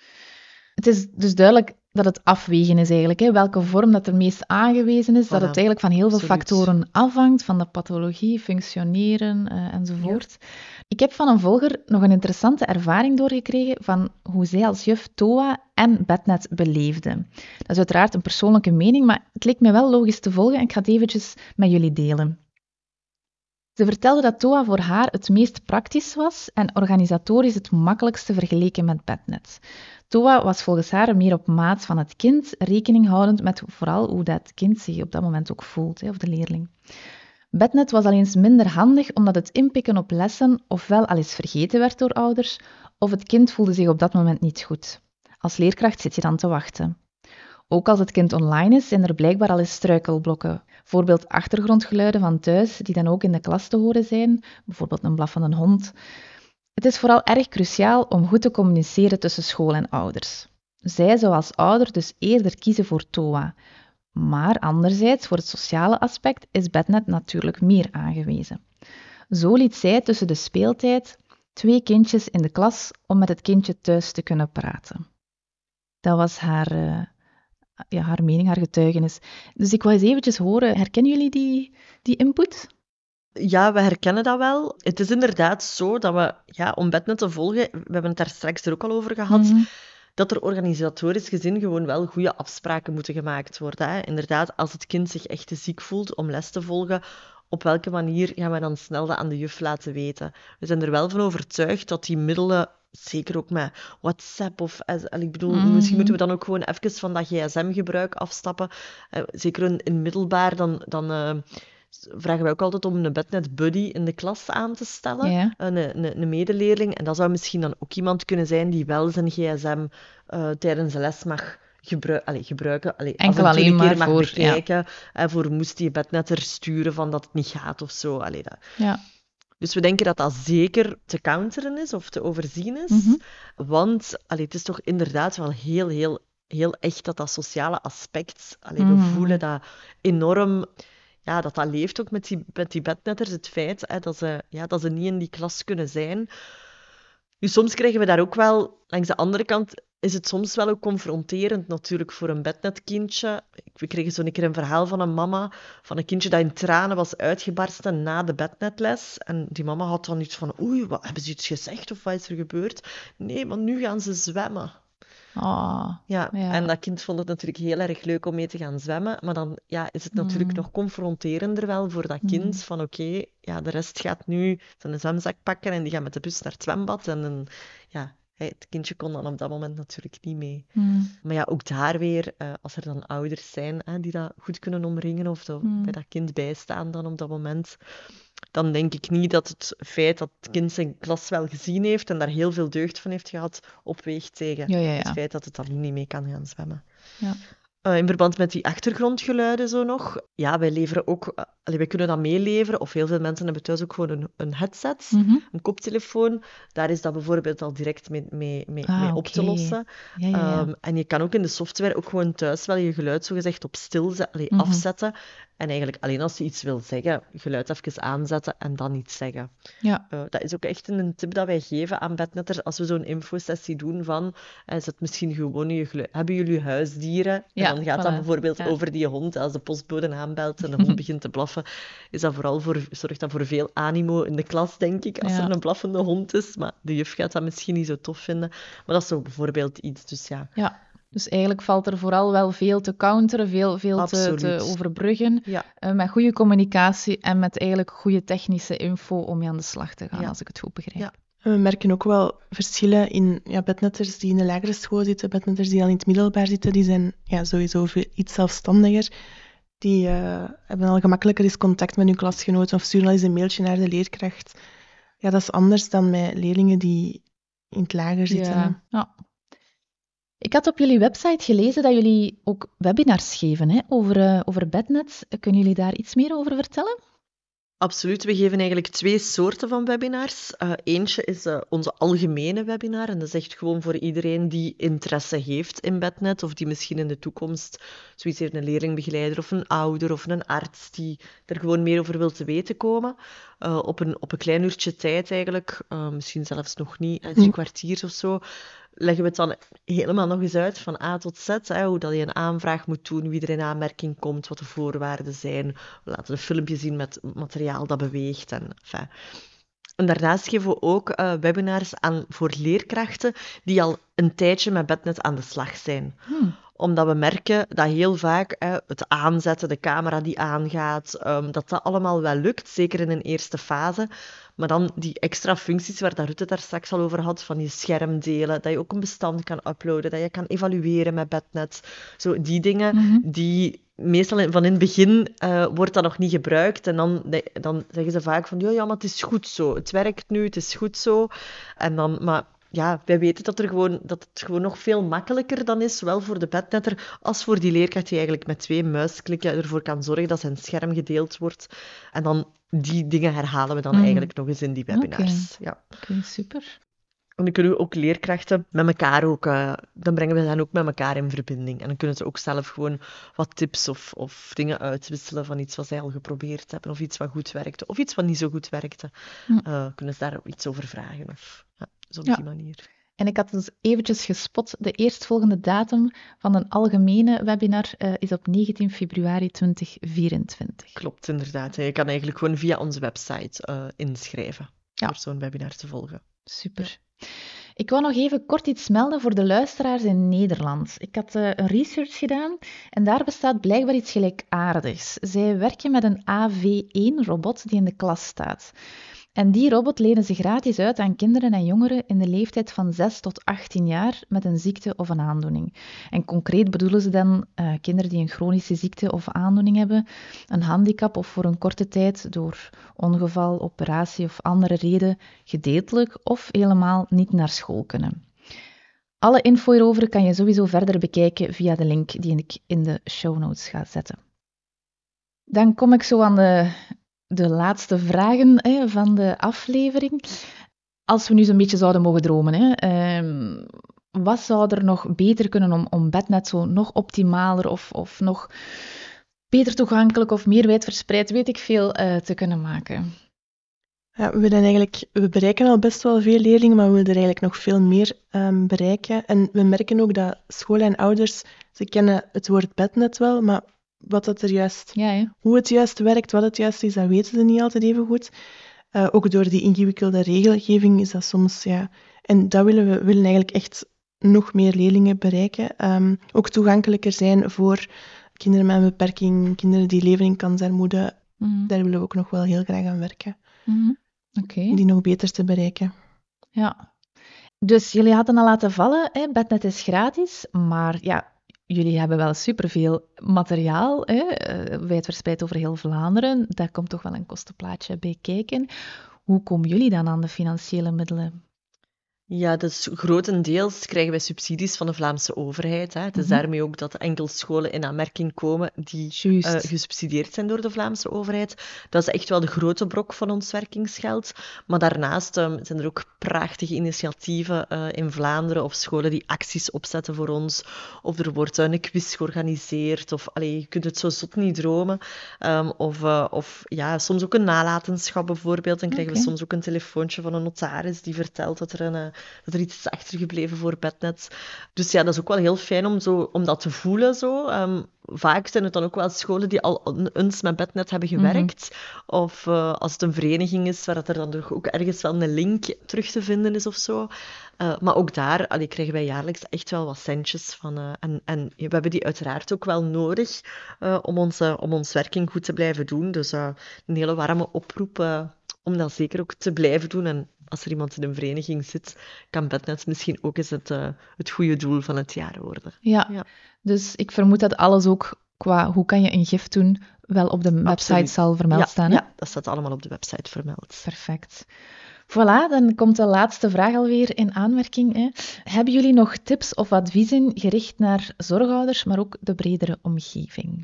Het is dus duidelijk dat het afwegen is eigenlijk, hè? Welke vorm dat er meest aangewezen is, voilà. Dat het eigenlijk van heel veel Absoluut. factoren afhangt, van de pathologie, functioneren uh, enzovoort. Ja. Ik heb van een volger nog een interessante ervaring doorgekregen van hoe zij als juf Toa en Bednet beleefde. Dat is uiteraard een persoonlijke mening, maar het leek me wel logisch te volgen en ik ga het eventjes met jullie delen. Ze vertelde dat Toa voor haar het meest praktisch was en organisatorisch het makkelijkste vergeleken met Bednet. Toa was volgens haar meer op maat van het kind, rekening houdend met vooral hoe dat kind zich op dat moment ook voelt, of de leerling. Bednet was al eens minder handig omdat het inpikken op lessen ofwel al eens vergeten werd door ouders, of het kind voelde zich op dat moment niet goed. Als leerkracht zit je dan te wachten. Ook als het kind online is, zijn er blijkbaar al eens struikelblokken. Bijvoorbeeld achtergrondgeluiden van thuis, die dan ook in de klas te horen zijn, bijvoorbeeld een blaffende hond. Het is vooral erg cruciaal om goed te communiceren tussen school en ouders. Zij zou als ouder dus eerder kiezen voor Toa. Maar anderzijds, voor het sociale aspect, is Bednet natuurlijk meer aangewezen. Zo liet zij tussen de speeltijd twee kindjes in de klas om met het kindje thuis te kunnen praten. Dat was haar, uh, ja, haar mening, haar getuigenis. Dus ik wou eens eventjes horen, herkennen jullie die, die input? Ja, we herkennen dat wel. Het is inderdaad zo dat we, ja, om Bednet te volgen, we hebben het daar straks er ook al over gehad, Mhm. dat er organisatorisch gezien gewoon wel goede afspraken moeten gemaakt worden. Hè. Inderdaad, als het kind zich echt te ziek voelt om les te volgen, op welke manier gaan we dan snel dat aan de juf laten weten? We zijn er wel van overtuigd dat die middelen, zeker ook met WhatsApp of... Ik bedoel, Mhm. misschien moeten we dan ook gewoon even van dat gsm-gebruik afstappen. Eh, zeker in, in middelbaar, dan... dan uh, vragen wij ook altijd om een Bednet buddy in de klas aan te stellen. Ja. Een, een, een medeleerling. En dat zou misschien dan ook iemand kunnen zijn die wel zijn gsm uh, tijdens de les mag gebruik, allee, gebruiken. Allee, Enkel af en toe alleen een keer maar mag voor, bekijken. ja. En voor moest die Bednetter sturen van dat het niet gaat of zo. Allee, dat. Ja. Dus we denken dat dat zeker te counteren is of te overzien is. Mhm. Want allee, het is toch inderdaad wel heel, heel, heel echt dat dat sociale aspect... Allee, we Mhm. voelen dat enorm... Ja, dat dat leeft ook met die, met die bednetters, het feit hè, dat, ze, ja, dat ze niet in die klas kunnen zijn. Dus soms krijgen we daar ook wel, langs de andere kant, is het soms wel ook confronterend natuurlijk voor een bednetkindje. We kregen zo een keer een verhaal van een mama, van een kindje dat in tranen was uitgebarsten na de bednetles. En die mama had dan iets van, oei, wat, hebben ze iets gezegd of wat is er gebeurd? Nee, maar nu gaan ze zwemmen. Oh, Ja, ja. en dat kind vond het natuurlijk heel erg leuk om mee te gaan zwemmen, maar dan ja, is het natuurlijk Mm. nog confronterender wel voor dat kind, Mm. van oké, okay, ja, de rest gaat nu zijn zwemzak pakken en die gaat met de bus naar het zwembad. En dan, ja, het kindje kon dan op dat moment natuurlijk niet mee. Mm. Maar ja, ook daar weer, uh, als er dan ouders zijn hè, die dat goed kunnen omringen of dat, Mm. bij dat kind bijstaan dan op dat moment, dan denk ik niet dat het feit dat het kind zijn klas wel gezien heeft en daar heel veel deugd van heeft gehad, opweegt tegen Ja, ja, ja. het feit dat het dan niet mee kan gaan zwemmen. Ja. Uh, in verband met die achtergrondgeluiden zo nog. Ja, wij leveren ook... Uh, allee, wij kunnen dat meeleveren. Of heel veel mensen hebben thuis ook gewoon een, een headset, Mm-hmm. een koptelefoon. Daar is dat bijvoorbeeld al direct mee, mee, mee, ah, mee op okay. te lossen. Ja, ja, ja. Um, en je kan ook in de software ook gewoon thuis wel je geluid zogezegd op stil zet, allee, Mm-hmm. afzetten. En eigenlijk alleen als je iets wil zeggen, geluid even aanzetten en dan iets zeggen. Ja. Uh, dat is ook echt een tip dat wij geven aan bednetters als we zo'n infosessie doen van, uh, zet misschien gewoon je geluid. Hebben jullie huisdieren? Ja, en dan gaat voilà. dat bijvoorbeeld ja. over die hond. Als de postbode aanbelt en de hond begint te blaffen, is dat vooral voor, zorgt dat voor veel animo in de klas, denk ik, als Ja. er een blaffende hond is. Maar de juf gaat dat misschien niet zo tof vinden. Maar dat is zo bijvoorbeeld iets, dus ja. Ja. Dus eigenlijk valt er vooral wel veel te counteren, veel, veel te, te overbruggen. Ja. Uh, met goede communicatie en met eigenlijk goede technische info om mee aan de slag te gaan, Ja. als ik het goed begrijp. Ja. We merken ook wel verschillen in ja, bednetters die in de lagere school zitten, bednetters die al in het middelbaar zitten, die zijn ja, sowieso veel, iets zelfstandiger. Die uh, hebben al gemakkelijker eens contact met hun klasgenoten of sturen al eens een mailtje naar de leerkracht. Ja, dat is anders dan met leerlingen die in het lager zitten. Ja. Ja. Ik had op jullie website gelezen dat jullie ook webinars geven hè, over, uh, over Bednet. Kunnen jullie daar iets meer over vertellen? Absoluut. We geven eigenlijk twee soorten van webinars. Uh, eentje is uh, onze algemene webinar. En dat is echt gewoon voor iedereen die interesse heeft in Bednet. Of die misschien in de toekomst zoiets heeft, een leerlingbegeleider of een ouder of een arts die er gewoon meer over wil te weten komen. Uh, op, een, op een klein uurtje tijd eigenlijk. Uh, misschien zelfs nog niet, uh, drie mm. kwartier of zo. Leggen we het dan helemaal nog eens uit, van A tot Z, hè, hoe dat je een aanvraag moet doen, wie er in aanmerking komt, wat de voorwaarden zijn. We laten een filmpje zien met materiaal dat beweegt. En, enfin. en daarnaast geven we ook uh, webinars aan voor leerkrachten die al een tijdje met Bednet aan de slag zijn. Hmm. Omdat we merken dat heel vaak hè, het aanzetten, de camera die aangaat, um, dat dat allemaal wel lukt, zeker in een eerste fase. Maar dan die extra functies waar Ruud het daar straks al over had, van je scherm delen, dat je ook een bestand kan uploaden, dat je kan evalueren met Bednet. Zo, die dingen, mm-hmm. die meestal van in het begin uh, wordt dat nog niet gebruikt. En dan, dan zeggen ze vaak van, ja, ja, maar het is goed zo. Het werkt nu, het is goed zo. En dan, maar ja, wij weten dat, er gewoon, dat het gewoon nog veel makkelijker dan is, zowel voor de bednetter als voor die leerkracht die eigenlijk met twee muisklikken ervoor kan zorgen dat zijn scherm gedeeld wordt. En dan die dingen herhalen we dan mm. eigenlijk nog eens in die webinars. Oké, ja. okay, super. En dan kunnen we ook leerkrachten met elkaar ook, uh, dan brengen we hen ook met elkaar in verbinding. En dan kunnen ze ook zelf gewoon wat tips of, of dingen uitwisselen van iets wat zij al geprobeerd hebben, of iets wat goed werkte, of iets wat niet zo goed werkte. Mm. Uh, kunnen ze daar iets over vragen, of ja, zo op ja. die manier. En ik had dus eventjes gespot, de eerstvolgende datum van een algemene webinar uh, is op negentien februari tweeduizend vierentwintig. Klopt, inderdaad. Je kan eigenlijk gewoon via onze website uh, inschrijven ja. voor zo'n webinar te volgen. Super. Ik wou nog even kort iets melden voor de luisteraars in Nederland. Ik had uh, een research gedaan en daar bestaat blijkbaar iets gelijkaardigs. Zij werken met een A V één robot die in de klas staat. En die robot lenen ze gratis uit aan kinderen en jongeren in de leeftijd van zes tot achttien jaar met een ziekte of een aandoening. En concreet bedoelen ze dan uh, kinderen die een chronische ziekte of aandoening hebben, een handicap of voor een korte tijd door ongeval, operatie of andere reden gedeeltelijk of helemaal niet naar school kunnen. Alle info hierover kan je sowieso verder bekijken via de link die ik in de show notes ga zetten. Dan kom ik zo aan de... De laatste vragen hè, van de aflevering. Als we nu zo'n beetje zouden mogen dromen, hè, eh, wat zou er nog beter kunnen om, om Bednet zo nog optimaler of, of nog beter toegankelijk of meer wijdverspreid, weet ik veel, uh, te kunnen maken? Ja, we, willen eigenlijk, we bereiken al best wel veel leerlingen, maar we willen er eigenlijk nog veel meer um, bereiken. En we merken ook dat scholen en ouders, ze kennen het woord Bednet wel, maar wat dat er juist, ja, ja. hoe het juist werkt, wat het juist is, dat weten ze niet altijd even goed. Uh, ook door die ingewikkelde regelgeving is dat soms, ja... En dat willen we willen eigenlijk echt nog meer leerlingen bereiken. Um, ook toegankelijker zijn voor kinderen met een beperking, kinderen die leven in kansarmoede. Mm. Daar willen we ook nog wel heel graag aan werken. Mm. Oké. Om die nog beter te bereiken. Ja. Dus jullie hadden al laten vallen, hè? Bednet is gratis, maar ja... Jullie hebben wel superveel materiaal, hè, wijdverspreid over heel Vlaanderen. Daar komt toch wel een kostenplaatje bij kijken. Hoe komen jullie dan aan de financiële middelen? Ja, dus grotendeels krijgen wij subsidies van de Vlaamse overheid. Hè. Het is mm-hmm. daarmee ook dat enkel scholen in aanmerking komen die uh, gesubsidieerd zijn door de Vlaamse overheid. Dat is echt wel de grote brok van ons werkingsgeld. Maar daarnaast um, zijn er ook prachtige initiatieven uh, in Vlaanderen of scholen die acties opzetten voor ons. Of er wordt uh, een quiz georganiseerd. Of allee, je kunt het zo zot niet dromen. Um, of uh, of ja, soms ook een nalatenschap bijvoorbeeld. Dan krijgen okay. we soms ook een telefoontje van een notaris die vertelt dat er een... Uh, dat er iets is achtergebleven voor Bednet. Dus ja, dat is ook wel heel fijn om, zo, om dat te voelen. Zo. Um, vaak zijn het dan ook wel scholen die al eens met Bednet hebben gewerkt. Mm-hmm. Of uh, als het een vereniging is, waar er dan ook ergens wel een link terug te vinden is of zo. Uh, maar ook daar allee, krijgen wij jaarlijks echt wel wat centjes van. Uh, en, en we hebben die uiteraard ook wel nodig uh, om, onze, om ons werking goed te blijven doen. Dus uh, een hele warme oproep uh, om dat zeker ook te blijven doen. En als er iemand in een vereniging zit, kan Bednet misschien ook eens het, uh, het goede doel van het jaar worden. Ja, ja, dus ik vermoed dat alles ook qua hoe kan je een gift doen, wel op de website Absoluut. zal vermeld ja, staan. Hè? Ja, dat staat allemaal op de website vermeld. Perfect. Voilà, dan komt de laatste vraag alweer in aanmerking. Hè. Hebben jullie nog tips of adviezen gericht naar zorgouders, maar ook de bredere omgeving?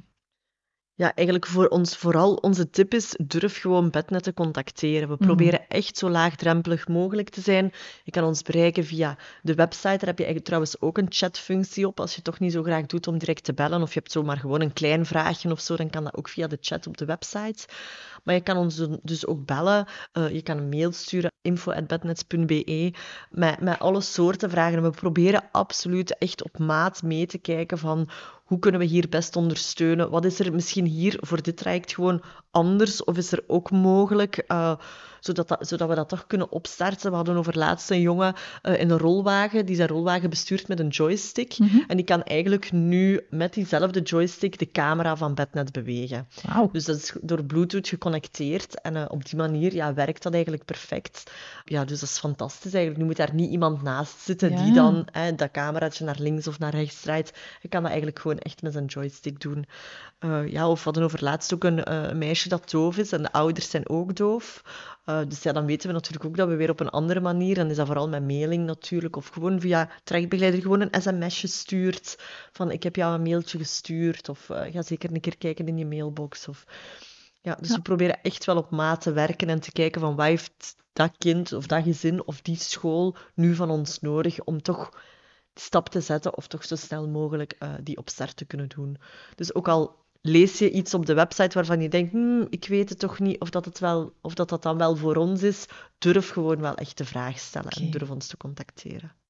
Ja, eigenlijk voor ons vooral onze tip is, durf gewoon Bednet te contacteren. We mm-hmm. proberen echt zo laagdrempelig mogelijk te zijn. Je kan ons bereiken via de website. Daar heb je eigenlijk trouwens ook een chatfunctie op. Als je het toch niet zo graag doet om direct te bellen, of je hebt zomaar gewoon een klein vraagje of zo, dan kan dat ook via de chat op de website. Maar je kan ons dus ook bellen. Uh, je kan een mail sturen, info at bednet punt b e, met, met alle soorten vragen. En we proberen absoluut echt op maat mee te kijken van... Hoe kunnen we hier best ondersteunen? Wat is er misschien hier voor dit traject gewoon anders? Of is er ook mogelijk, uh, zodat, dat, zodat we dat toch kunnen opstarten? We hadden over laatst een jongen uh, in een rolwagen, die zijn rolwagen bestuurt met een joystick. Mm-hmm. En die kan eigenlijk nu met diezelfde joystick de camera van Bednet bewegen. Wow. Dus dat is door Bluetooth geconnecteerd. En uh, op die manier ja, werkt dat eigenlijk perfect. Ja, dus dat is fantastisch eigenlijk. Nu moet daar niet iemand naast zitten ja. die dan eh, dat cameraatje naar links of naar rechts draait. Je kan dat eigenlijk gewoon echt met zijn joystick doen. Uh, ja, of we hadden over laatst ook een uh, meisje dat doof is en de ouders zijn ook doof. Uh, dus ja, dan weten we natuurlijk ook dat we weer op een andere manier, dan is dat vooral met mailing natuurlijk, of gewoon via trajectbegeleider gewoon een sms'je stuurt van ik heb jou een mailtje gestuurd, of uh, ga zeker een keer kijken in je mailbox. Of... Ja, dus ja. we proberen echt wel op maat te werken en te kijken van wat heeft dat kind of dat gezin of die school nu van ons nodig om toch die stap te zetten of toch zo snel mogelijk uh, die opstart te kunnen doen. Dus ook al lees je iets op de website waarvan je denkt, hmm, ik weet het toch niet of dat, het wel, of dat dat dan wel voor ons is, durf gewoon wel echt de vraag stellen okay. en durf ons te contacteren.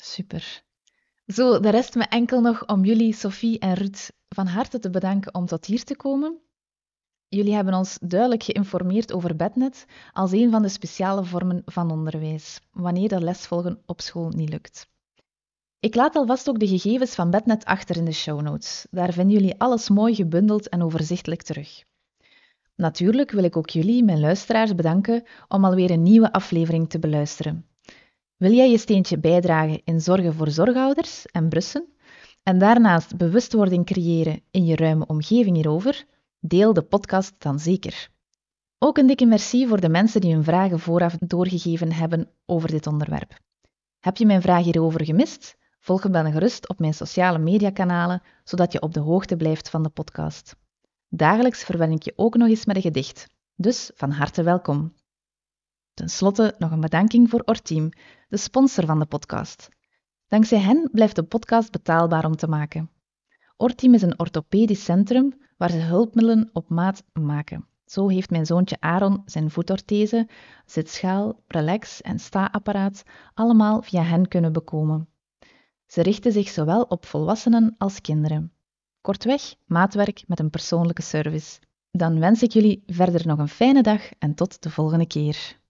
Super. Zo, de rest me enkel nog om jullie, Sophie en Ruud, van harte te bedanken om tot hier te komen. Jullie hebben ons duidelijk geïnformeerd over Bednet als een van de speciale vormen van onderwijs, wanneer dat lesvolgen op school niet lukt. Ik laat alvast ook de gegevens van Bednet achter in de show notes. Daar vinden jullie alles mooi gebundeld en overzichtelijk terug. Natuurlijk wil ik ook jullie, mijn luisteraars, bedanken om alweer een nieuwe aflevering te beluisteren. Wil jij je steentje bijdragen in zorgen voor zorgouders en brussen en daarnaast bewustwording creëren in je ruime omgeving hierover? Deel de podcast dan zeker. Ook een dikke merci voor de mensen die hun vragen vooraf doorgegeven hebben over dit onderwerp. Heb je mijn vraag hierover gemist? Volg me dan gerust op mijn sociale mediakanalen, zodat je op de hoogte blijft van de podcast. Dagelijks verwen ik je ook nog eens met een gedicht, dus van harte welkom. Ten slotte nog een bedanking voor Orteam, de sponsor van de podcast. Dankzij hen blijft de podcast betaalbaar om te maken. Orteam is een orthopedisch centrum waar ze hulpmiddelen op maat maken. Zo heeft mijn zoontje Aaron zijn voetorthese, zitschaal, relax en sta-apparaat allemaal via hen kunnen bekomen. Ze richten zich zowel op volwassenen als kinderen. Kortweg, maatwerk met een persoonlijke service. Dan wens ik jullie verder nog een fijne dag en tot de volgende keer.